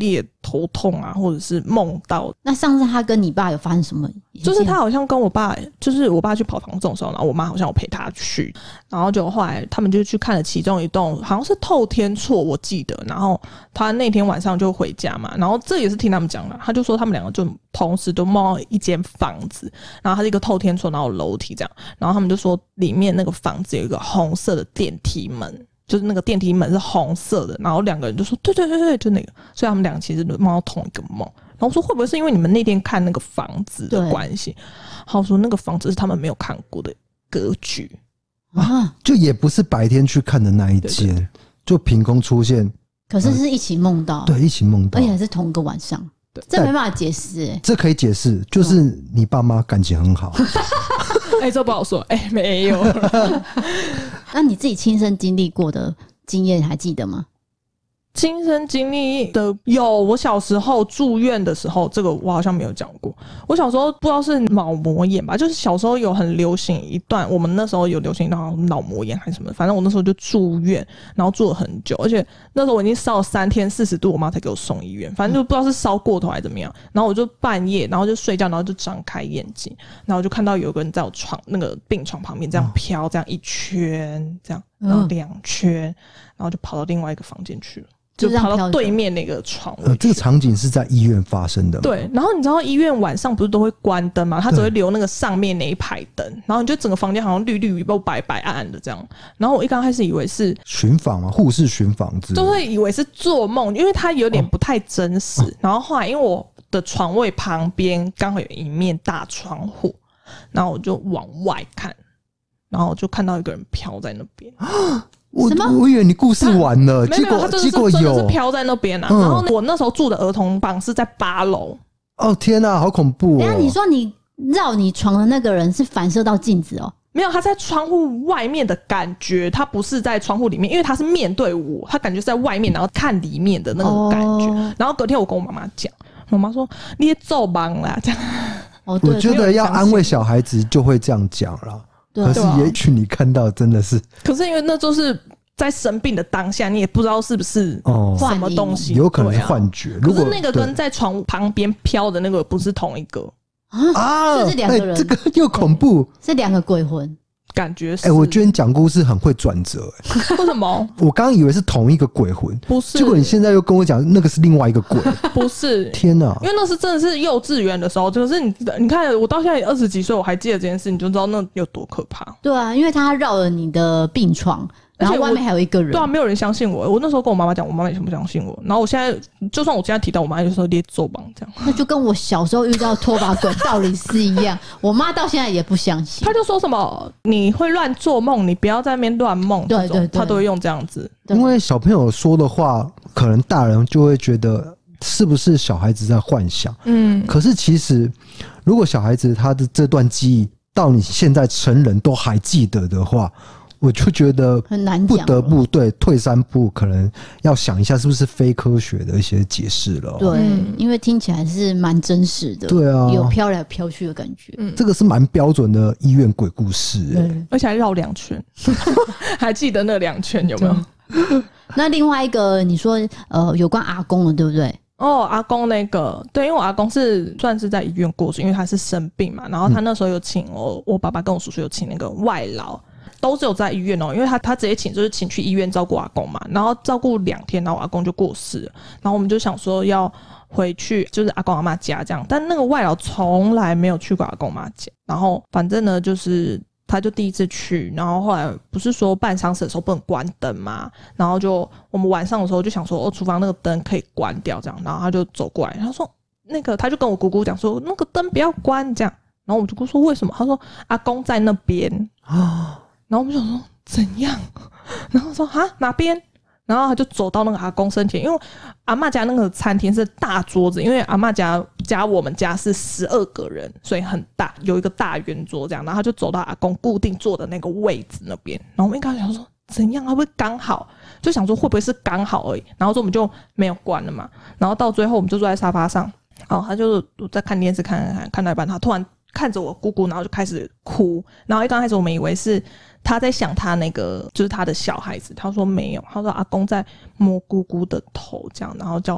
[SPEAKER 3] 头痛啊，或者是梦到。
[SPEAKER 2] 那上次他跟你爸有发生什么？
[SPEAKER 3] 就是他好像跟我爸，就是我爸去跑堂种的时候，然后我妈好像有陪他去，然后就后来他们就去看了其中一栋，好像是透天厝，我记得。然后他那天晚上就回家嘛，然后这也是听他们讲的，他就说他们两个就同时都梦到一间房子，然后它是一个透天厝，然后有楼梯这样，然后他们就说里面那个房子有一个红色的电梯门。就是那个电梯门是红色的，然后两个人就说对对对对，就那个，所以他们两个其实梦到同一个梦。然后我说会不会是因为你们那天看那个房子的关系？他说那个房子是他们没有看过的格局
[SPEAKER 1] 啊，就也不是白天去看的那一间，对对对，就凭空出现。
[SPEAKER 2] 可是是一起梦到，
[SPEAKER 1] 对，一起梦到，
[SPEAKER 2] 而且还是同个晚上。对，这没办法解释、欸，
[SPEAKER 1] 这可以解释，就是你爸妈感情很好。
[SPEAKER 3] 哎、欸，这不好说，哎、欸，没有。
[SPEAKER 2] 那你自己亲身经历过的经验还记得吗？
[SPEAKER 3] 亲身经历的有，我小时候住院的时候，这个我好像没有讲过。我小时候不知道是脑膜炎吧，就是小时候有很流行一段，我们那时候有流行一段脑膜炎还是什么，反正我那时候就住院，然后住了很久，而且那时候我已经烧了三天四十度，我妈才给我送医院，反正就不知道是烧过头还是怎么样。然后我就半夜，然后就睡觉，然后就张开眼睛，然后就看到有个人在我床那个病床旁边这样飘，这样一圈，这样，然后两圈，然后就跑到另外一个房间去了。就跑到对面那个床位、
[SPEAKER 1] 呃，这个场景是在医院发生的吗？
[SPEAKER 3] 对，然后你知道医院晚上不是都会关灯吗？它只会留那个上面那一排灯，然后你就整个房间好像绿绿又白白暗暗的这样。然后我一刚开始以为是
[SPEAKER 1] 巡访嘛，护士巡访之类的，
[SPEAKER 3] 就会以为是做梦，因为它有点不太真实。哦、然后后来因为我的床位旁边刚好有一面大窗户，然后我就往外看，然后我就看到一个人飘在那边。
[SPEAKER 1] 我我以为你故事完了，结果结果有
[SPEAKER 3] 真的是飘在那边啊、嗯！然后我那时候住的儿童房是在八楼。
[SPEAKER 1] 哦天哪、啊，好恐怖、哦！
[SPEAKER 2] 等一下你说你绕你床的那个人是反射到镜子哦？
[SPEAKER 3] 没有，他在窗户外面的感觉，他不是在窗户里面，因为他是面对我，他感觉在外面，然后看里面的那种感觉。哦、然后隔天我跟我妈妈讲，我妈说你也做梦啦，这样。
[SPEAKER 2] 哦，
[SPEAKER 1] 我觉得要安慰小孩子就会这样讲了。可是也许你看到真的是，
[SPEAKER 3] 可是因为那就是在生病的当下，你也不知道是不是什么东西，
[SPEAKER 1] 有可能是幻觉。
[SPEAKER 3] 可是那个跟在床旁边飘的那个不是同一个
[SPEAKER 2] 啊，这是两个人、
[SPEAKER 1] 欸，这个又恐怖，
[SPEAKER 2] 是两个鬼魂。
[SPEAKER 3] 感觉是，
[SPEAKER 1] 哎、欸，我觉得你讲故事很会转折、欸。
[SPEAKER 3] 为什么？
[SPEAKER 1] 我刚刚以为是同一个鬼魂，
[SPEAKER 3] 不是。
[SPEAKER 1] 结果你现在又跟我讲那个是另外一个鬼，
[SPEAKER 3] 不是。
[SPEAKER 1] 天哪！
[SPEAKER 3] 因为那是真的是幼稚园的时候，就是你你看，我到现在二十几岁，我还记得这件事，你就知道那有多可怕。
[SPEAKER 2] 对啊，因为他绕了你的病床。然后外面还有一个人，
[SPEAKER 3] 对啊，没有人相信我。我那时候跟我妈妈讲，我妈妈也不相信我。然后我现在，就算我现在提到，我妈就说你做梦这样。
[SPEAKER 2] 那就跟我小时候遇到拖把鬼道理是一样。我妈到现在也不相信，
[SPEAKER 3] 她就说什么你会乱做梦，你不要在那边乱梦。对对对，她都会用这样子。
[SPEAKER 1] 因为小朋友说的话，可能大人就会觉得是不是小孩子在幻想。嗯，可是其实如果小孩子他的这段记忆到你现在成人都还记得的话，我就觉得
[SPEAKER 2] 很难
[SPEAKER 1] 讲，不得不对退三步，可能要想一下是不是非科学的一些解释了。
[SPEAKER 2] 对、嗯，因为听起来是蛮真实的，
[SPEAKER 1] 对啊，
[SPEAKER 2] 有飘来飘去的感觉。
[SPEAKER 1] 嗯，这个是蛮标准的医院鬼故事、欸，
[SPEAKER 3] 对，而且还绕两圈，还记得那两圈有没有？
[SPEAKER 2] 那另外一个你说呃有关阿公的对不对？
[SPEAKER 3] 哦，阿公那个对，因为我阿公是算是在医院过世，因为他是生病嘛，然后他那时候有请我，我爸爸跟我叔叔有请那个外劳。都是有在医院哦，因为他他直接请就是请去医院照顾阿公嘛，然后照顾两天，然后阿公就过世了，然后我们就想说要回去就是阿公阿嬷家这样，但那个外劳从来没有去过阿公阿嬷家，然后反正呢就是他就第一次去，然后后来不是说办丧事的时候不能关灯嘛，然后就我们晚上的时候就想说哦，厨房那个灯可以关掉这样，然后他就走过来，他说那个他就跟我姑姑讲说那个灯不要关这样，然后我们姑姑说为什么？他说阿公在那边啊。然后我们就说怎样？然后说啊哪边？然后他就走到那个阿公身前，因为阿嬷家那个餐厅是大桌子，因为阿嬷家加我们家是十二个人，所以很大，有一个大圆桌这样。然后他就走到阿公固定坐的那个位置那边，然后我们一开始想说怎样，会不会刚好？就想说会不会是刚好而已。然后说我们就没有关了嘛。然后到最后我们就坐在沙发上，然后他就在看电视，看看看看到一半，他突然看着我姑姑，然后就开始哭。然后一刚开始我们以为是他在想他那个就是他的小孩子，他说没有，他说阿公在摸姑姑的头这样，然后叫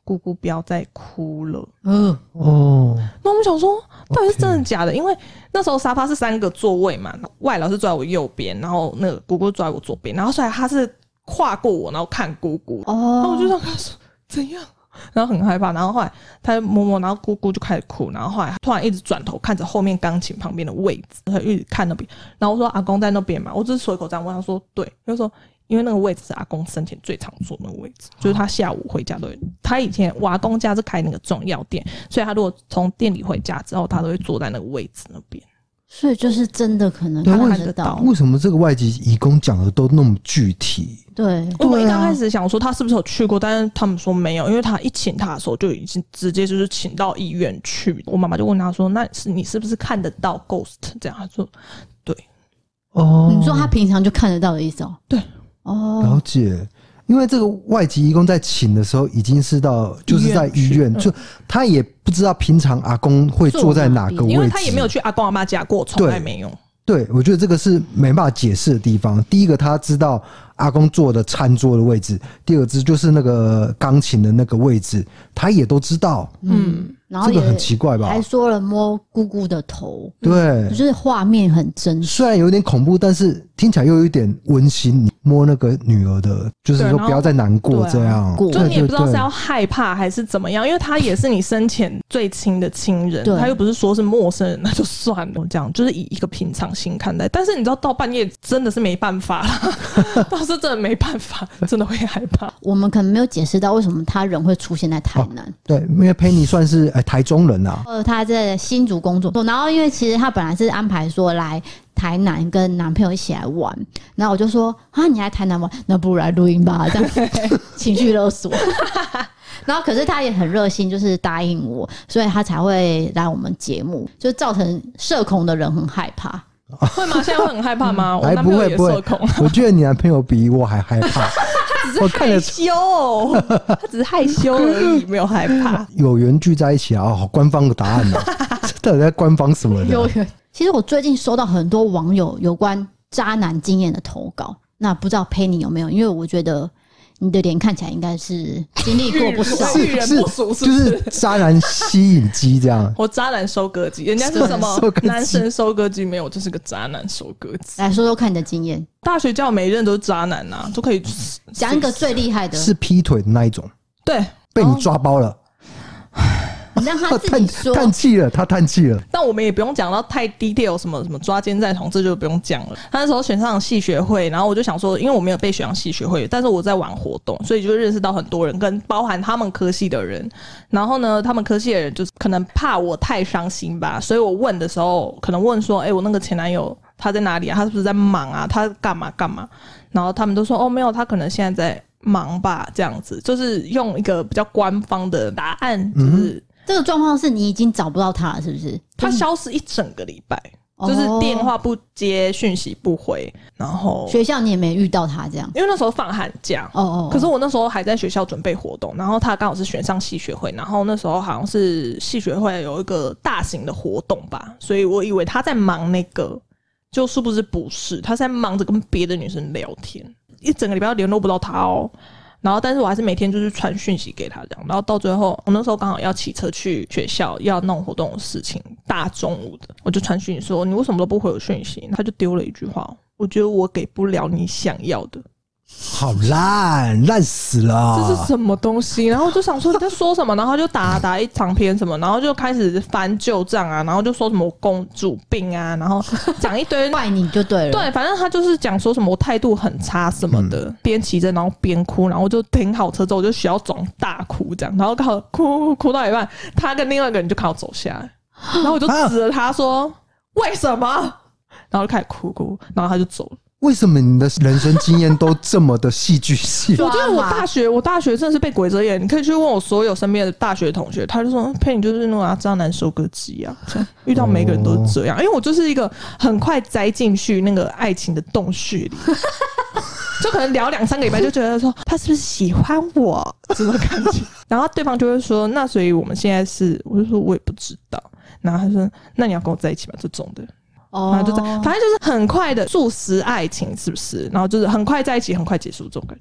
[SPEAKER 3] 姑姑不要再哭了。
[SPEAKER 2] 嗯
[SPEAKER 1] 哦，
[SPEAKER 3] 那我们想说到底是真的假的？ okay. 因为那时候沙发是三个座位嘛，外老师坐在我右边，然后那个姑姑坐在我左边，然后所以他是跨过我然后看姑姑，哦，然后我就想看说怎样，然后很害怕，然后后来他就摸摸，然后姑姑就开始哭，然后后来突然一直转头看着后面钢琴旁边的位置，他一直看那边，然后我说阿公在那边嘛，我只是随口这样问他说对，他说因为那个位置是阿公生前最常坐那个位置，就是他下午回家都会，他以前我阿公家是开那个中药店，所以他如果从店里回家之后，他都会坐在那个位置那边。
[SPEAKER 2] 所以就是真的可能看得到。
[SPEAKER 1] 为什么这个外籍移工讲的都那么具体？
[SPEAKER 2] 对，
[SPEAKER 3] 我们一刚开始想说他是不是有去过，但是他们说没有，因为他一请他的时候就已经直接就是请到医院去。我妈妈就问他说：“那是你是不是看得到 ghost？” 这样他说：“对。”
[SPEAKER 2] 哦，你说他平常就看得到的意思哦？
[SPEAKER 3] 对，
[SPEAKER 2] 哦，
[SPEAKER 1] 了解。因为这个外籍移工在请的时候已经是到就是在医院，就他也不知道平常阿公会坐在哪个位置，
[SPEAKER 3] 因为他也没有去阿公阿妈家过，从来没有。
[SPEAKER 1] 对，我觉得这个是没办法解释的地方。第一个，他知道阿公坐的餐桌的位置；第二个就是那个钢琴的那个位置，他也都知道。嗯，然后这个很奇怪吧？
[SPEAKER 2] 还说了摸姑姑的头，
[SPEAKER 1] 对，
[SPEAKER 2] 就是画面很真实。
[SPEAKER 1] 虽然有点恐怖，但是听起来又有一点温馨。摸那个女儿的，就是说不要再难过这样。
[SPEAKER 3] 就你也不知道是要害怕还是怎么样，因为他也是你生前最亲的亲人，他又不是说是陌生人，那就算了，这样就是以一个平常心看待。但是你知道到半夜真的是没办法了，倒是真的没办法，真的会害怕。
[SPEAKER 2] 我们可能没有解释到为什么他人会出现在台南。哦、
[SPEAKER 1] 对，因为佩妮算是、欸、台中人啊，
[SPEAKER 2] 呃，他在新竹工作，然后因为其实他本来是安排说来台南跟男朋友一起来玩，然后我就说啊，你来台南玩，那不如来录音吧，这样情绪勒索。然后可是他也很热心，就是答应我，所以他才会来我们节目，就造成社恐的人很害怕。
[SPEAKER 3] 会吗？现在会很害怕吗？我男
[SPEAKER 1] 朋友
[SPEAKER 3] 也社恐。
[SPEAKER 1] 我觉得你男朋友比我还害怕。
[SPEAKER 3] 他只是害羞、哦，他只是害羞而已，没有害怕。
[SPEAKER 1] 有缘聚在一起啊，好官方的答案啊！到底在官方什么的？
[SPEAKER 2] 有缘。其实我最近收到很多网友有关渣男经验的投稿，那不知道佩妮有没有？因为我觉得你的脸看起来应该是经历过不少，
[SPEAKER 3] 遇人不淑，是
[SPEAKER 1] 就是渣男吸引机这样。
[SPEAKER 3] 我渣男收割机，人家是什么男神收割机？没有，这是个渣男收割机。
[SPEAKER 2] 来说说看你的经验。
[SPEAKER 3] 大学教每一任都是渣男啊，都可以
[SPEAKER 2] 讲一个最厉害的，
[SPEAKER 1] 是劈腿的那一种。
[SPEAKER 3] 对，
[SPEAKER 1] 被你抓包了。
[SPEAKER 2] 你让他自己说，
[SPEAKER 1] 叹气了，他叹气了。
[SPEAKER 3] 但我们也不用讲到太 detail， 什么什么抓奸在床，这就不用讲了。他那时候选上系学会，然后我就想说，因为我没有被选上系学会，但是我在玩活动，所以就认识到很多人，跟包含他们科系的人。然后呢，他们科系的人就是可能怕我太伤心吧，所以我问的时候，可能问说，哎、欸，我那个前男友他在哪里啊？他是不是在忙啊？他干嘛干嘛？然后他们都说，哦，没有，他可能现在在忙吧，这样子，就是用一个比较官方的答案，就是。嗯，
[SPEAKER 2] 这个状况是你已经找不到他了，是不是？
[SPEAKER 3] 他消失一整个礼拜，嗯、就是电话不接，讯息不回，然后
[SPEAKER 2] 学校你也没遇到他这样，
[SPEAKER 3] 因为那时候放寒假哦哦。可是我那时候还在学校准备活动，然后他刚好是选上系学会，然后那时候好像是系学会有一个大型的活动吧，所以我以为他在忙那个，就殊不知不是，他在忙着跟别的女生聊天，一整个礼拜都联络不到他哦。然后但是我还是每天就是传讯息给他这样，然后到最后我那时候刚好要骑车去学校要弄活动的事情，大中午的我就传讯息说你为什么都不回我讯息，他就丢了一句话，我觉得我给不了你想要的。
[SPEAKER 1] 好烂，烂死了！
[SPEAKER 3] 这是什么东西？然后我就想说你在说什么，然后就打打一长篇什么，然后就开始翻旧账啊，然后就说什么我公主病啊，然后讲一堆
[SPEAKER 2] 怪你就对了。
[SPEAKER 3] 对，反正他就是讲说什么我态度很差什么的，边骑着然后边哭，然后我就停好车之后我就学校总大哭这样，然后刚好哭哭到一半，他跟另外一个人就刚好走下来，然后我就指着他说、啊、为什么？然后就开始哭哭，然后他就走了。
[SPEAKER 1] 为什么你的人生经验都这么的戏剧性？
[SPEAKER 3] 我觉得我大学，我大学真的是被鬼遮眼。你可以去问我所有身边的大学同学，他就说：“佩，你就是那种渣男收割机啊！”遇到每个人都是这样，因为我就是一个很快栽进去那个爱情的洞穴里，就可能聊两三个礼拜就觉得说他是不是喜欢我这种感觉，然后对方就会说：“那所以我们现在是……”我就说：“我也不知道。”然后他说：“那你要跟我在一起吗？”这种的。然后就在，反正就是很快的速食爱情，是不是？然后就是很快在一起，很快结束这种感觉。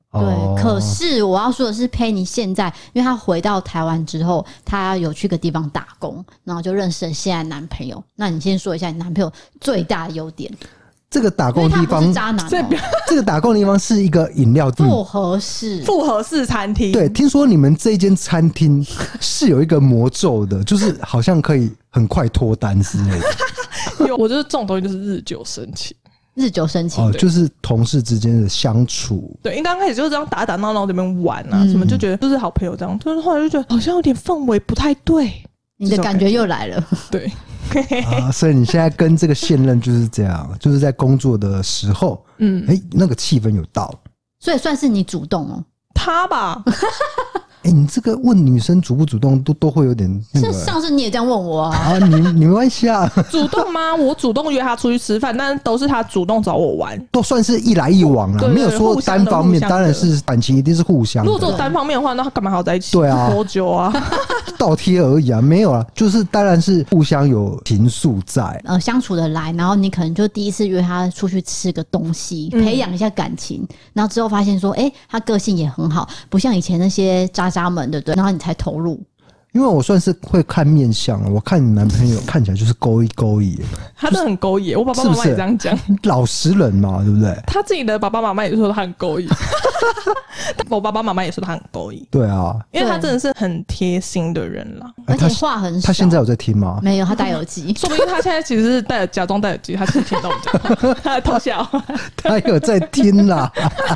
[SPEAKER 2] 对，
[SPEAKER 1] 哦
[SPEAKER 2] 可是我要说的是，佩妮现在，因为她回到台湾之后，她有去个地方打工，然后就认识了现在男朋友。那你先说一下你男朋友最大的优点。
[SPEAKER 1] 这个打工的地方，
[SPEAKER 2] 因为他不是渣男、哦，
[SPEAKER 1] 这个打工的地方是一个饮料店，
[SPEAKER 2] 复合式，
[SPEAKER 3] 复合式餐厅。
[SPEAKER 1] 对，听说你们这间餐厅是有一个魔咒的，就是好像可以很快脱单之类的。
[SPEAKER 3] 有，我觉得这种东西就是日久生情。
[SPEAKER 2] 日久生情、
[SPEAKER 1] 哦，就是同事之间的相处。
[SPEAKER 3] 对，因为刚开始就是这样打打闹闹这边玩啊，
[SPEAKER 2] 嗯
[SPEAKER 3] 什么就觉得就是好朋友这样，就是后来就觉得好像有点氛围不太对，
[SPEAKER 2] 你的感觉又来了。
[SPEAKER 3] 对。
[SPEAKER 1] 啊，所以你现在跟这个现任就是这样，就是在工作的时候，嗯，哎、欸，那个气氛有到，
[SPEAKER 2] 所以算是你主动哦。
[SPEAKER 3] 他吧，
[SPEAKER 1] 哎、欸，你这个问女生主不主动都都会有点那个。
[SPEAKER 2] 上次你也这样问我啊？
[SPEAKER 1] 啊，你你没关系啊。
[SPEAKER 3] 主动吗？我主动约他出去吃饭，但都是他主动找我玩，
[SPEAKER 1] 都算是一来一往啦，没有说单方面。当然是感情一定是互相的。
[SPEAKER 3] 如果做单方面的话，那他干嘛还要在一起？
[SPEAKER 1] 对啊，
[SPEAKER 3] 多久啊？
[SPEAKER 1] 倒贴而已啊，没有啊，就是当然是互相有情愫在，
[SPEAKER 2] 呃，相处得来，然后你可能就第一次约他出去吃个东西，培养一下感情，嗯、然后之后发现说，哎、欸，他个性也很好，不像以前那些渣渣们，对不对？然后你才投入。
[SPEAKER 1] 因为我算是会看面相，我看你男朋友看起来就是勾一勾引，
[SPEAKER 3] 他真的很勾引。我爸爸妈妈也这样讲，
[SPEAKER 1] 老实人嘛，对不对？
[SPEAKER 3] 他自己的爸爸妈妈也说他很勾引，我爸爸妈妈也说他很勾引。
[SPEAKER 1] 对啊，
[SPEAKER 3] 因为他真的是很贴心的人啦，
[SPEAKER 2] 而且话很少。
[SPEAKER 1] 他现在有在听吗？
[SPEAKER 2] 没有，他戴耳机。
[SPEAKER 3] 说不定他现在其实是戴假装戴耳机，他其实听到我们讲话，他在偷笑。
[SPEAKER 1] 他有在听啦。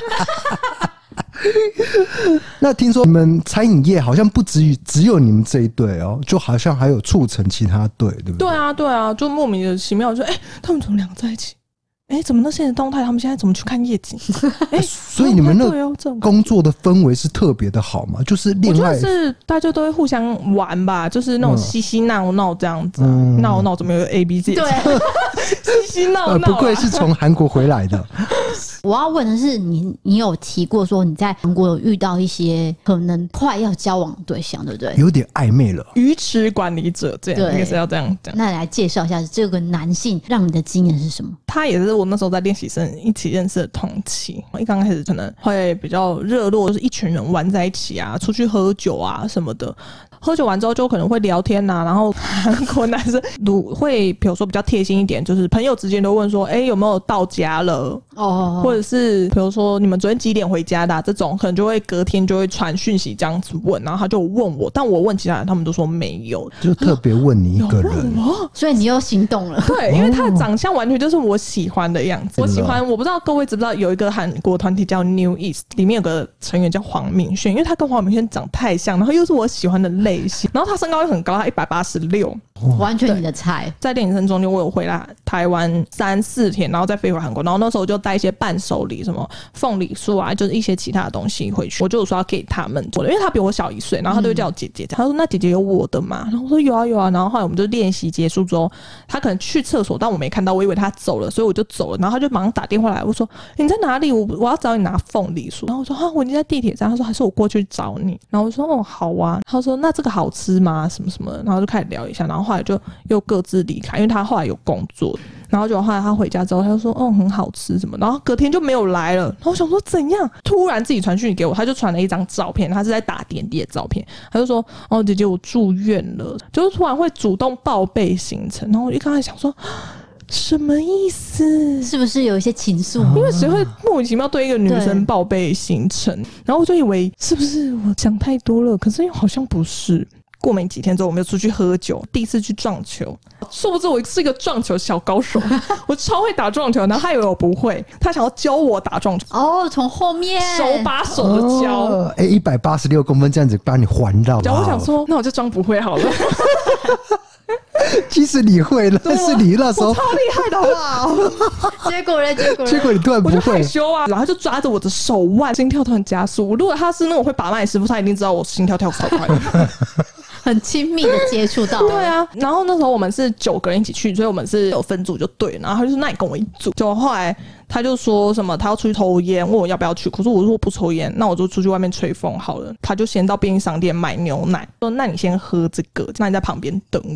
[SPEAKER 1] 那听说你们餐饮业好像不止于只有你们这一对哦，就好像还有促成其他队，对不对？
[SPEAKER 3] 对啊，对啊，就莫名的奇妙，就哎、欸，他们怎么两个在一起？哎、欸，怎么那些人动态？他们现在怎么去看夜景？哎、欸，
[SPEAKER 1] 所以你们那工作的氛围是特别的好嘛？就是恋爱，
[SPEAKER 3] 我觉得是大家都会互相玩吧，就是那种嬉嬉闹闹这样子、啊，闹闹、嗯、怎么有 A B C？
[SPEAKER 2] 对，
[SPEAKER 3] 嬉嬉闹闹、
[SPEAKER 1] 呃，不愧是从韩国回来的。
[SPEAKER 2] 我要问的是你，你有提过说你在韩国有遇到一些可能快要交往的对象，对不对？
[SPEAKER 1] 有点暧昧了，
[SPEAKER 3] 鱼池管理者这样，应该是要这样讲。
[SPEAKER 2] 那来介绍一下这个男性让你的经验是什么？
[SPEAKER 3] 他也是我那时候在练习生一起认识的同期，一刚开始可能会比较热络，就是一群人玩在一起啊，出去喝酒啊什么的。喝酒完之后就可能会聊天啊，然后韩国男生会比如说比较贴心一点，就是朋友之间都问说，哎、欸，有没有到家了？哦，或者是比如说你们昨天几点回家的、啊？这种可能就会隔天就会传讯息这样子问，然后他就问我，但我问其他人，他们都说没有，
[SPEAKER 1] 就特别问你一个人，
[SPEAKER 2] 所以你又心动了。
[SPEAKER 3] 对，因为他的长相完全就是我喜欢的样子。我喜欢，我不知道各位知不知道有一个韩国团体叫 New East， 里面有个成员叫黄明轩，因为他跟黄明轩长太像，然后又是我喜欢的类。然后他身高又很高，他一百八十六，
[SPEAKER 2] 完全你的菜。
[SPEAKER 3] 在练习生中间，我有回来台湾三四天，然后再飞回韩国，然后那时候就带一些伴手礼，什么凤梨酥啊，就是一些其他的东西回去。我就有说要给他们做的，因为他比我小一岁，然后他就叫我姐姐，他说那姐姐有我的嘛？然后我说有啊有啊。然后后来我们就练习结束之后，他可能去厕所，但我没看到，我以为他走了，所以我就走了。然后他就马上打电话来，我说你在哪里？我我要找你拿凤梨酥。然后我说啊，我已经在地铁站。他说还是我过去找你。然后我说哦好啊。他说那这个好吃吗？什么什么的，然后就开始聊一下，然后后来就又各自离开，因为他后来有工作，然后就后来他回家之后，他就说哦很好吃什么，然后隔天就没有来了。然后我想说怎样，突然自己传讯息给我，他就传了一张照片，他是在打点滴的照片，他就说哦姐姐我住院了，就是突然会主动报备行程。然后我一刚才想说什么意思？
[SPEAKER 2] 是不是有一些情愫？
[SPEAKER 3] 因为谁会莫名其妙对一个女生报备行程？然后我就以为是不是我想太多了，可是又好像不是。过没几天之后，我们又出去喝酒，第一次去撞球，殊不知我是一个撞球小高手，我超会打撞球，然后他以为我不会，他想要教我打撞球。
[SPEAKER 2] 哦，从后面
[SPEAKER 3] 手把手的教，
[SPEAKER 1] 哎、哦，一百八十六公分这样子把你环绕。
[SPEAKER 3] 我想说，那我就装不会好了。
[SPEAKER 1] 其实你会，但是你那时候
[SPEAKER 3] 我超厉害的好不
[SPEAKER 2] 好？结果呢？结果
[SPEAKER 1] 结果你突然不会，
[SPEAKER 3] 我就害羞啊，然后就抓着我的手腕，心跳突然加速。如果他是那种会把脉的师傅，他一定知道我心跳跳超快。
[SPEAKER 2] 很亲密的接触到。
[SPEAKER 3] 对啊，然后那时候我们是九个人一起去，所以我们是有分组就对，然后他就说那你跟我一组。就后来他就说什么他要出去抽烟，问我要不要去，可是我说我不抽烟，那我就出去外面吹风好了。他就先到便利商店买牛奶，说那你先喝这个，那你在旁边等我。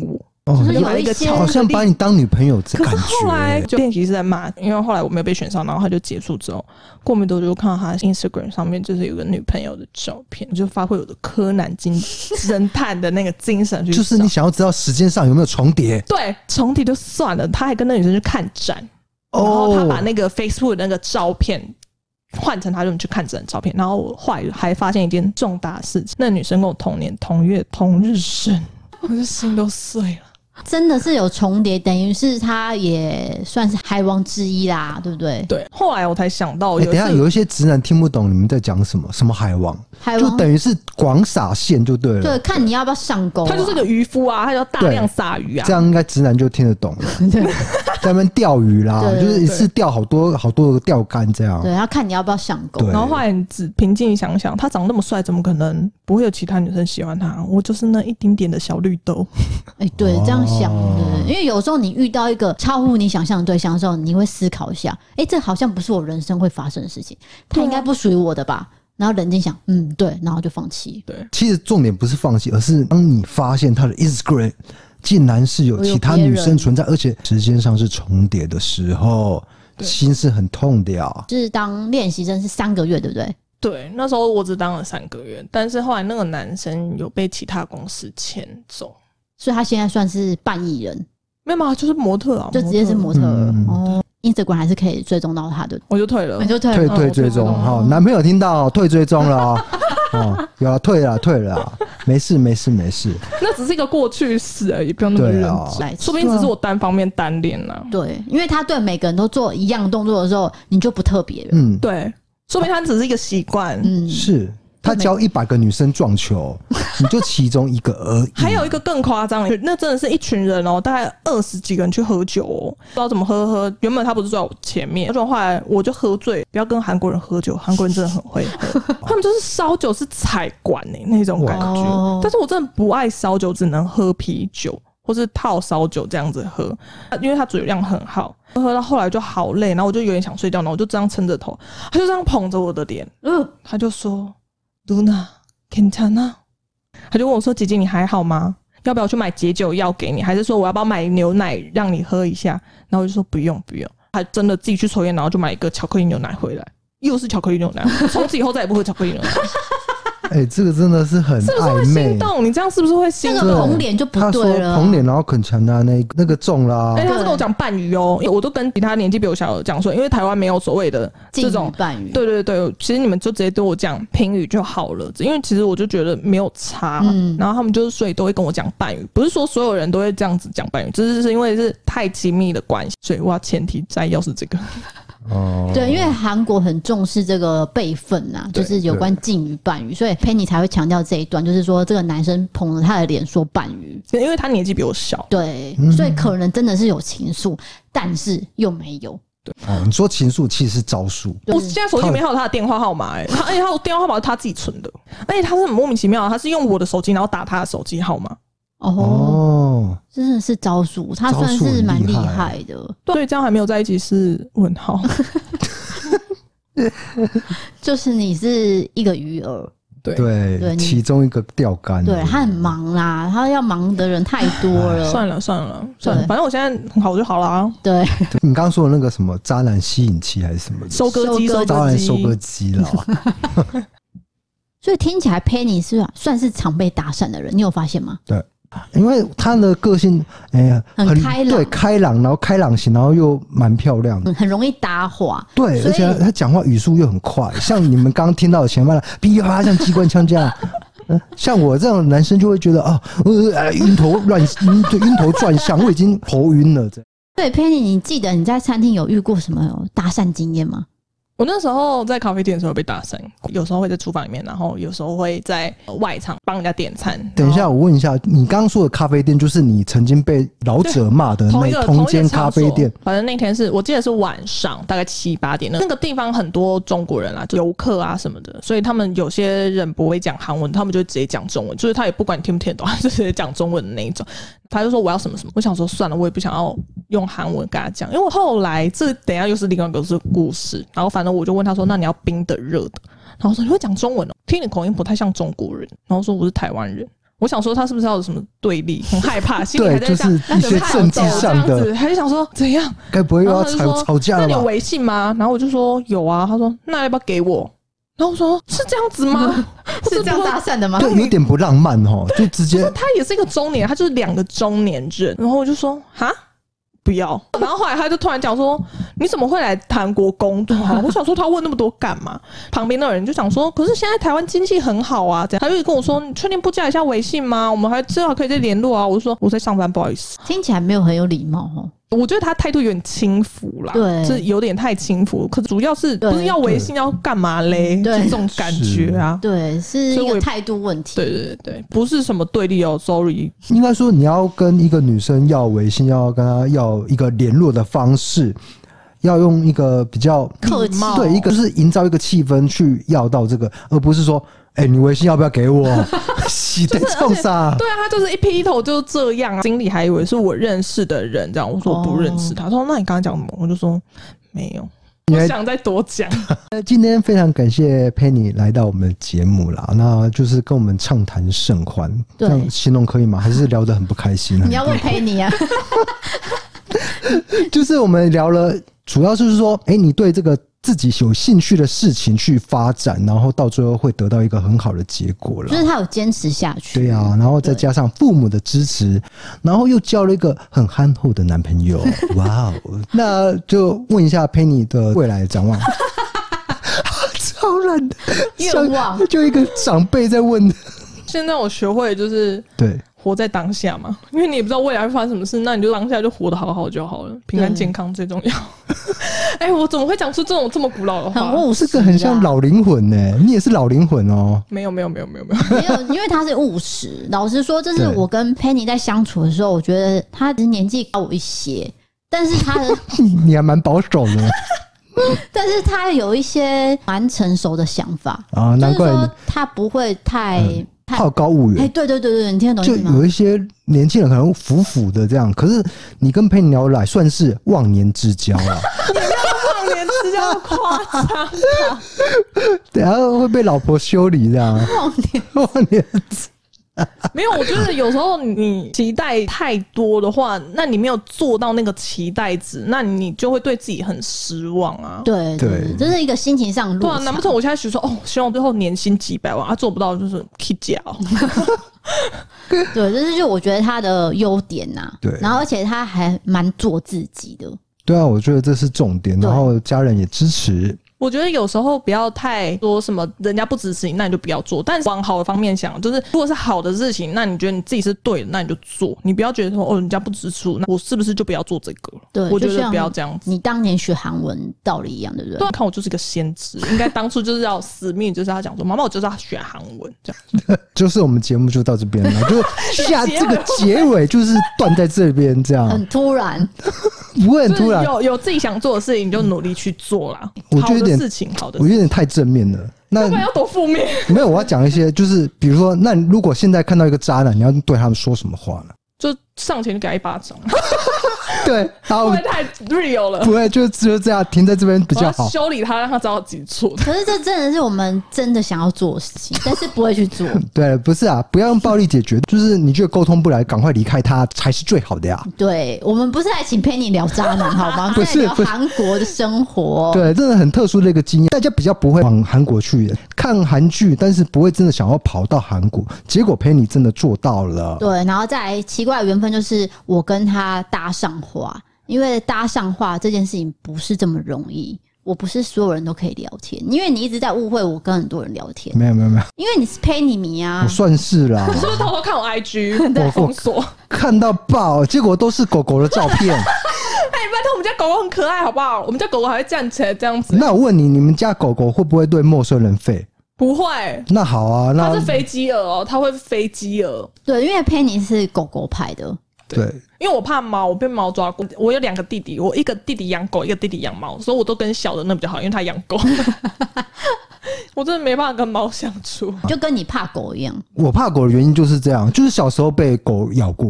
[SPEAKER 1] 哦，
[SPEAKER 2] 就是有一些
[SPEAKER 1] 好像把你当女朋友这感觉。
[SPEAKER 3] 可是后来就练习是在骂，因为后来我没有被选上，然后他就结束之后，过没多久就看到他 Instagram 上面就是有个女朋友的照片，我就发挥我的柯南精侦探的那个精神去，
[SPEAKER 1] 就是你想要知道时间上有没有重叠。
[SPEAKER 3] 对，重叠就算了，他还跟那女生去看展，然后他把那个 Facebook 的那个照片换成他就去看展的照片，然后我后来还发现一件重大的事情，那女生跟我同年同月同日生，我就心都碎了。
[SPEAKER 2] 真的是有重叠，等于是他也算是海王之一啦，对不对？
[SPEAKER 3] 对，后来我才想到有、
[SPEAKER 1] 欸，等一下有一些直男听不懂你们在讲什么，什么海王，
[SPEAKER 2] 海王
[SPEAKER 1] 就等于是广撒线就对了。
[SPEAKER 2] 对，看你要不要上钩、啊。
[SPEAKER 3] 他就是个渔夫啊，他就大量撒鱼啊，
[SPEAKER 1] 这样应该直男就听得懂了。在那边钓鱼啦，
[SPEAKER 2] 对对对，
[SPEAKER 1] 就是一次钓好多好多个钓竿这样。
[SPEAKER 2] 对，要看你要不要上钩。
[SPEAKER 3] 然后后来你只平静想想，他长那么帅，怎么可能不会有其他女生喜欢他？我就是那一丁点的小绿豆。
[SPEAKER 2] 哎、欸，对，这样想的，因为有时候你遇到一个超乎你想象的对象的时候，你会思考一下，哎、欸，这好像不是我人生会发生的事情，他应该不属于我的吧？然后冷静想，嗯，对，然后就放弃。
[SPEAKER 3] 对，
[SPEAKER 1] 其实重点不是放弃，而是当你发现他的 Instagram 竟然是有其他女生存在，而且时间上是重叠的时候，心是很痛的呀。
[SPEAKER 2] 就是当练习生是三个月，对不对？
[SPEAKER 3] 对，那时候我只当了三个月，但是后来那个男生有被其他公司牵走，
[SPEAKER 2] 所以他现在算是半艺人。
[SPEAKER 3] 没有嘛，就是模特啊，
[SPEAKER 2] 就直接是模特了、
[SPEAKER 1] 嗯、
[SPEAKER 2] 哦。Instagram 还是可以追踪到他的，
[SPEAKER 3] 我就退了，
[SPEAKER 2] 你就退了，
[SPEAKER 1] 退退追踪。好、哦，男朋友听到退追踪了哦，哦有了，退了，退了，没事，没事，没事。
[SPEAKER 3] 那只是一个过去式而已，不用那么认真。啊、说不定只是我单方面单恋啊。
[SPEAKER 2] 对，因为他对每个人都做一样动作的时候，你就不特别了。
[SPEAKER 1] 嗯，
[SPEAKER 3] 对，说明他只是一个习惯。
[SPEAKER 2] 嗯，
[SPEAKER 1] 是。他教一百个女生撞球，你就其中一个而已。
[SPEAKER 3] 还有一个更夸张的，那真的是一群人哦，大概二十几个人去喝酒哦，不知道怎么喝喝。原本他不是坐在我前面，而且后来我就喝醉，不要跟韩国人喝酒，韩国人真的很会喝，他们就是烧酒是采管欸那种感觉。但是我真的不爱烧酒，只能喝啤酒或是泡烧酒这样子喝，因为它嘴量很好。喝到后来就好累，然后我就有点想睡觉，然后我就这样撑着头，他就这样捧着我的脸，嗯，他就说。Luna， 괜찮아？ 他就问我说：“姐姐，你还好吗？要不要去买解酒药给你？还是说我要不要买牛奶让你喝一下？”然后我就说：“不用，不用。”他真的自己去抽烟，然后就买一个巧克力牛奶回来，又是巧克力牛奶。从此以后再也不喝巧克力牛奶。
[SPEAKER 1] 哎、欸，这个真的是很
[SPEAKER 3] 是不是会心动？你这样是不是会心动？
[SPEAKER 2] 那个捧脸就不对了、啊。
[SPEAKER 1] 捧脸，然后肯强的那那个中啦。
[SPEAKER 3] 哎、欸，他是跟我讲伴侣哦，我都跟其他年纪比我小的讲说，因为台湾没有所谓的这种
[SPEAKER 2] 伴侣。
[SPEAKER 3] 对对对，其实你们就直接对我讲评语就好了，因为其实我就觉得没有差。嗯、然后他们就是所以都会跟我讲伴侣，不是说所有人都会这样子讲伴侣，只是因为是太亲密的关系，所以我要前提摘要是这个。
[SPEAKER 1] 哦，
[SPEAKER 2] 对，因为韩国很重视这个辈分呐、啊，就是有关敬语伴语，所以 Penny 才会强调这一段，就是说这个男生捧着他的脸说伴语，
[SPEAKER 3] 因为他年纪比我小，
[SPEAKER 2] 对，所以可能真的是有情愫，但是又没有。
[SPEAKER 1] 对哦，你说情愫其实是招数。
[SPEAKER 3] 我现在手机里面还有他的电话号码、欸，哎，而且他的电话号码是他自己存的，而且他是很莫名其妙，他是用我的手机然后打他的手机号码。
[SPEAKER 2] 哦，真的是招数，他算是蛮厉害的。
[SPEAKER 3] 对，这样还没有在一起是问号。
[SPEAKER 2] 就是你是一个鱼饵，
[SPEAKER 3] 对
[SPEAKER 1] 对对，其中一个钓竿。
[SPEAKER 2] 对，他很忙啦，他要忙的人太多了。
[SPEAKER 3] 算了算了算了，反正我现在很好就好啦。
[SPEAKER 2] 对，
[SPEAKER 1] 你刚刚说的那个什么渣男吸引器还是什么的
[SPEAKER 3] 收割机，
[SPEAKER 1] 渣男收割机了。
[SPEAKER 2] 所以听起来 Penny 是算是常被搭讪的人，你有发现吗？
[SPEAKER 1] 对。因为他的个性，哎、欸，
[SPEAKER 2] 很开朗，
[SPEAKER 1] 对，开朗，然后开朗型，然后又蛮漂亮的，
[SPEAKER 2] 很容易搭话。
[SPEAKER 1] 对，而且他讲话语速又很快，像你们刚刚听到的前面，噼啪像机关枪这样。像我这种男生就会觉得啊，呃，晕头乱晕，晕头转向，我已经头晕了。
[SPEAKER 2] 对 ，Penny， 你记得你在餐厅有遇过什么搭讪经验吗？
[SPEAKER 3] 我那时候在咖啡店的时候被搭讪，有时候会在厨房里面，然后有时候会在外场帮人家点餐。
[SPEAKER 1] 等一下，我问一下，你刚刚说的咖啡店就是你曾经被老者骂的那同间咖啡店？
[SPEAKER 3] 反正那天是我记得是晚上，大概七八点，那个地方很多中国人啦，就游客啊什么的，所以他们有些人不会讲韩文，他们就直接讲中文，就是他也不管你听不听得懂，他就直接讲中文的那一种。他就说我要什么什么，我想说算了，我也不想要用韩文跟他讲，因为我后来这等一下又是另外一个故事，然后反正我就问他说，那你要冰的热的？然后说你会讲中文哦，听你口音不太像中国人，然后说我是台湾人， 我想说他是不是要有什么对立，很害怕，心里还在想，
[SPEAKER 1] 对，就是一些政治上的，
[SPEAKER 3] 还是想说怎样？
[SPEAKER 1] 该不会又要吵吵架了吧？
[SPEAKER 3] 那你有微信吗？然后我就说有啊，他说那要不要给我？然后我说是这样子吗？
[SPEAKER 2] 是这样搭讪的吗？
[SPEAKER 1] 对，有点不浪漫哦，就直接。
[SPEAKER 3] 他也是一个中年，他就是两个中年人，然后我就说哈。不要，然后后来他就突然讲说：“你怎么会来韩国工作？”我想说他问那么多干嘛？旁边的人就想说：“可是现在台湾经济很好啊。”这样他就跟我说：“你确定不加一下微信吗？我们还至少可以再联络啊。”我就说：“我在上班，不好意思。”
[SPEAKER 2] 听起来没有很有礼貌哦。
[SPEAKER 3] 我觉得他态度有点轻浮啦，
[SPEAKER 2] 对，
[SPEAKER 3] 是有点太轻浮。可是主要是不是要微信要干嘛嘞？就这种感觉啊，
[SPEAKER 2] 对，是一个态度问题。
[SPEAKER 3] 对对对，不是什么对立哦 ，sorry。
[SPEAKER 1] 应该说你要跟一个女生要微信，要跟她要一个联络的方式，要用一个比较
[SPEAKER 2] 客气，
[SPEAKER 1] 对，一个就是营造一个气氛去要到这个，而不是说。哎、欸，你微信要不要给我？洗得冲啥？
[SPEAKER 3] 对啊，他就是一劈头就这样啊，经理还以为是我认识的人，这样我说我不认识他，他说那你刚刚讲什么？我就说没有，我想再多讲。
[SPEAKER 1] 今天非常感谢 Penny 来到我们的节目啦，那就是跟我们畅谈甚欢，这样形容可以吗？还是聊得很不开心？
[SPEAKER 2] 你要问 Penny 啊？
[SPEAKER 1] 就是我们聊了，主要就是说，哎、欸，你对这个。自己有兴趣的事情去发展，然后到最后会得到一个很好的结果了。
[SPEAKER 2] 就是他有坚持下去，
[SPEAKER 1] 对啊，然后再加上父母的支持，然后又交了一个很憨厚的男朋友，哇哦！那就问一下 Penny 的未来的展望。超烂的
[SPEAKER 2] 愿望，
[SPEAKER 1] 就一个长辈在问。
[SPEAKER 3] 现在我学会就是对。活在当下嘛，因为你也不知道未来会发生什么事，那你就当下就活得好好就好了，平安健康最重要。哎、欸，我怎么会讲出这种这么古老的话？
[SPEAKER 2] 很务实、啊，
[SPEAKER 1] 这个很像老灵魂呢、欸。你也是老灵魂哦。
[SPEAKER 3] 没有没有没有没有没有
[SPEAKER 2] 没有，因为他是务实。老实说，这是我跟 Penny 在相处的时候，我觉得他只是年纪高我一些，但是他的
[SPEAKER 1] 你还蛮保守的。
[SPEAKER 2] 但是他有一些蛮成熟的想法
[SPEAKER 1] 啊，难怪
[SPEAKER 2] 就是说他不会太。嗯
[SPEAKER 1] 好高骛远，
[SPEAKER 2] 哎、欸，对对对对，你听得懂意思吗？
[SPEAKER 1] 就有一些年轻人可能腐腐的这样，可是你跟Penny聊来算是忘年之交啊。
[SPEAKER 3] 你没有忘年之交夸张啊！
[SPEAKER 1] 等下会被老婆修理这样。
[SPEAKER 2] 忘年
[SPEAKER 1] 忘年之。
[SPEAKER 3] 没有，我觉得有时候你期待太多的话，那你没有做到那个期待值，那你就会对自己很失望啊。
[SPEAKER 2] 对对，这是一个心情上的落差。
[SPEAKER 3] 对啊，难不成我现在许说哦，希望最后年薪几百万，啊做不到就是 K 假。
[SPEAKER 2] 对，这是就我觉得他的优点呐、啊。
[SPEAKER 1] 对，
[SPEAKER 2] 然后而且他还蛮做自己的。
[SPEAKER 1] 对啊，我觉得这是重点，然后家人也支持。
[SPEAKER 3] 我觉得有时候不要太说什么人家不支持你，那你就不要做。但是往好的方面想，就是如果是好的事情，那你觉得你自己是对的，那你就做。你不要觉得说哦，人家不支持，那我是不是就不要做这个了？
[SPEAKER 2] 对，
[SPEAKER 3] 我觉得不要这样子。
[SPEAKER 2] 你当年学韩文道理一样，对不对？
[SPEAKER 3] 对，看我就是一个先知，应该当初就是要死命，就是要讲说，妈妈，我就是要学韩文这样。
[SPEAKER 1] 就是我们节目就到这边了，就下这个结尾就是断在这边，这样
[SPEAKER 2] 很突然，
[SPEAKER 1] 不会很突然。
[SPEAKER 3] 有有自己想做的事情，你就努力去做啦。
[SPEAKER 1] 我觉得有点
[SPEAKER 3] 事情，好的，
[SPEAKER 1] 我有点太正面了。那
[SPEAKER 3] 要不然要多负面？
[SPEAKER 1] 没有，我要讲一些，就是比如说，那如果现在看到一个渣男，你要对他们说什么话呢？
[SPEAKER 3] 就上前就给他一巴掌。
[SPEAKER 1] 对，然后
[SPEAKER 3] 不会太 real 了，
[SPEAKER 1] 不会，就只有这样停在这边比较好。
[SPEAKER 3] 修理他，让他知道自己错。
[SPEAKER 2] 可是这真的是我们真的想要做的事情，但是不会去做。
[SPEAKER 1] 对，不是啊，不要用暴力解决，就是你觉得沟通不来，赶快离开他才是最好的呀。
[SPEAKER 2] 对，我们不是来请 Penny 聊渣男好吗？不是聊韩国的生活。
[SPEAKER 1] 对，真的很特殊的一个经验，大家比较不会往韩国去看韩剧，但是不会真的想要跑到韩国。结果 Penny 真的做到了。
[SPEAKER 2] 对，然后再来奇怪的缘分就是我跟他搭上话。因为搭上话这件事情不是这么容易，我不是所有人都可以聊天，因为你一直在误会我跟很多人聊天。
[SPEAKER 1] 没有没有没有，
[SPEAKER 2] 因为你是Penny迷啊，
[SPEAKER 1] 我算是啦。
[SPEAKER 3] 你是不是偷偷看我 I G？ 我封锁，
[SPEAKER 1] 看到爆，结果都是狗狗的照片。
[SPEAKER 3] 哎，拜托，我们家狗狗很可爱，好不好？我们家狗狗还会站起来这样子。
[SPEAKER 1] 那我问你，你们家狗狗会不会对陌生人吠？
[SPEAKER 3] 不会。
[SPEAKER 1] 那好啊，那
[SPEAKER 3] 它是飞机耳哦，它会飞机耳。
[SPEAKER 2] 对，因为 Penny 是狗狗派的。
[SPEAKER 1] 对，
[SPEAKER 3] 因为我怕猫，我被猫抓过。我有两个弟弟，我一个弟弟养狗，一个弟弟养猫，所以我都跟小的那比较好，因为他养狗。我真的没办法跟猫相处，
[SPEAKER 2] 就跟你怕狗一样。
[SPEAKER 1] 我怕狗的原因就是这样，就是小时候被狗咬过。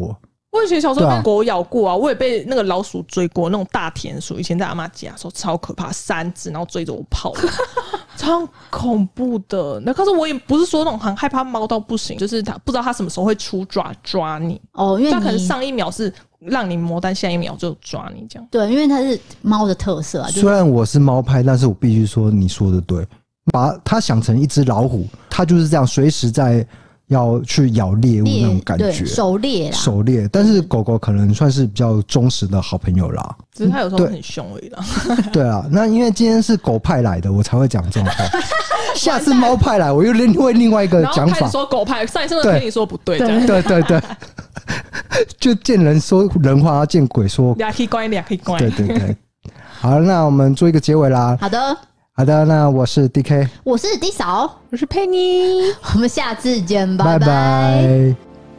[SPEAKER 3] 我以前小时候被狗咬过啊，我也被那个老鼠追过，那种大田鼠，以前在阿嬷家的时候超可怕，三只然后追着我跑超恐怖的。那可是我也不是说那种很害怕猫到不行，就是它不知道它什么时候会出爪抓你
[SPEAKER 2] 哦，因为
[SPEAKER 3] 它可能上一秒是让你摸，但下一秒就抓你这样。
[SPEAKER 2] 对，因为它是猫的特色啊。
[SPEAKER 1] 虽然我是猫派，但是我必须说你说的对，把它想成一只老虎，它就是这样随时在要去咬猎物那种感觉，
[SPEAKER 2] 狩猎啦，
[SPEAKER 1] 狩猎。但是狗狗可能算是比较忠实的好朋友啦，
[SPEAKER 3] 只是它有时候很凶而已啦。
[SPEAKER 1] 对啊，那因为今天是狗派来的，我才会讲这种话。下次猫派来，我又另会另外一个讲法。
[SPEAKER 3] 然后开始说狗派，上一次跟你说不对，
[SPEAKER 1] 对对对对，就见人说人话，见鬼说
[SPEAKER 3] 俩可以乖，俩可以乖。
[SPEAKER 1] 对对对，好，那我们做一个结尾啦。
[SPEAKER 2] 好的。
[SPEAKER 1] 好的，那我是 D K，
[SPEAKER 2] 我是 D 嫂，
[SPEAKER 3] 我是佩妮，
[SPEAKER 2] 我们下次见，
[SPEAKER 1] 拜
[SPEAKER 2] 拜
[SPEAKER 1] 拜。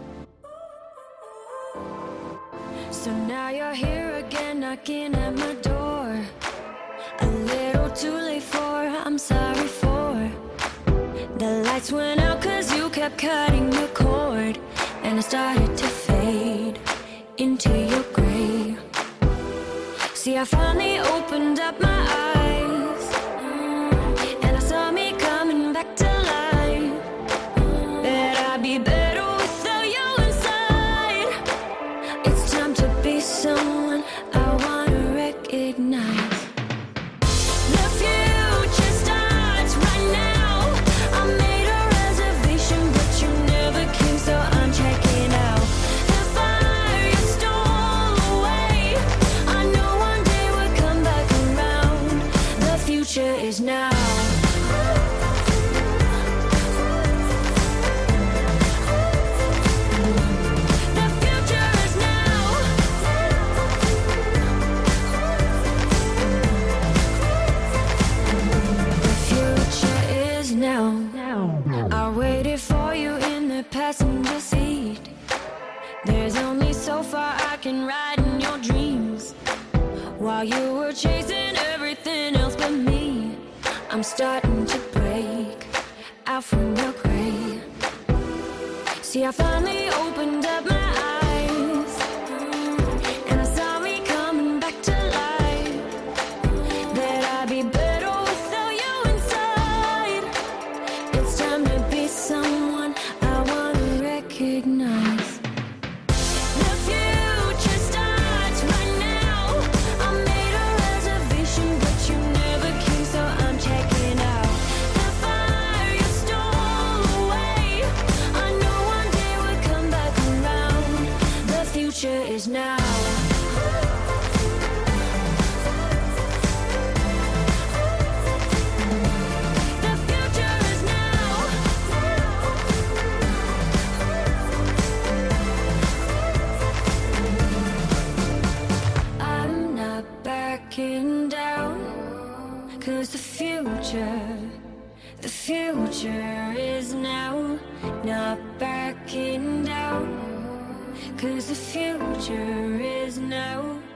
[SPEAKER 4] So now you're here again, knocking at my door. A little too late for, I'm sorry for. The lights went out cause you kept cutting the cord. And I started to fade into your gray. See, I finally opened up my eyes.And I saw me coming back to life. That I'd be better without you inside. It's time to be someone I wanna recognize. The future starts right now. I made a reservation, but you never came, so I'm checking out. The fire you stole away. I know one day we'll come back around. The future is now.I waited for you in the passenger seat. There's only so far I can ride in your dreams. While you were chasing everything else but me, I'm starting to break out from your gray. See, I finally opened up my eyes, and I saw me coming back to life. That I'd be better without you inside. It's time to be someone I wanna recognize. The future starts right now. I made a reservation, but you never came, so I'm checking out. The fire you stole away. I know one day we'll come back around. The future is now.I'm not backing down, cause the future, the future is now. Not backing down, cause the future is now.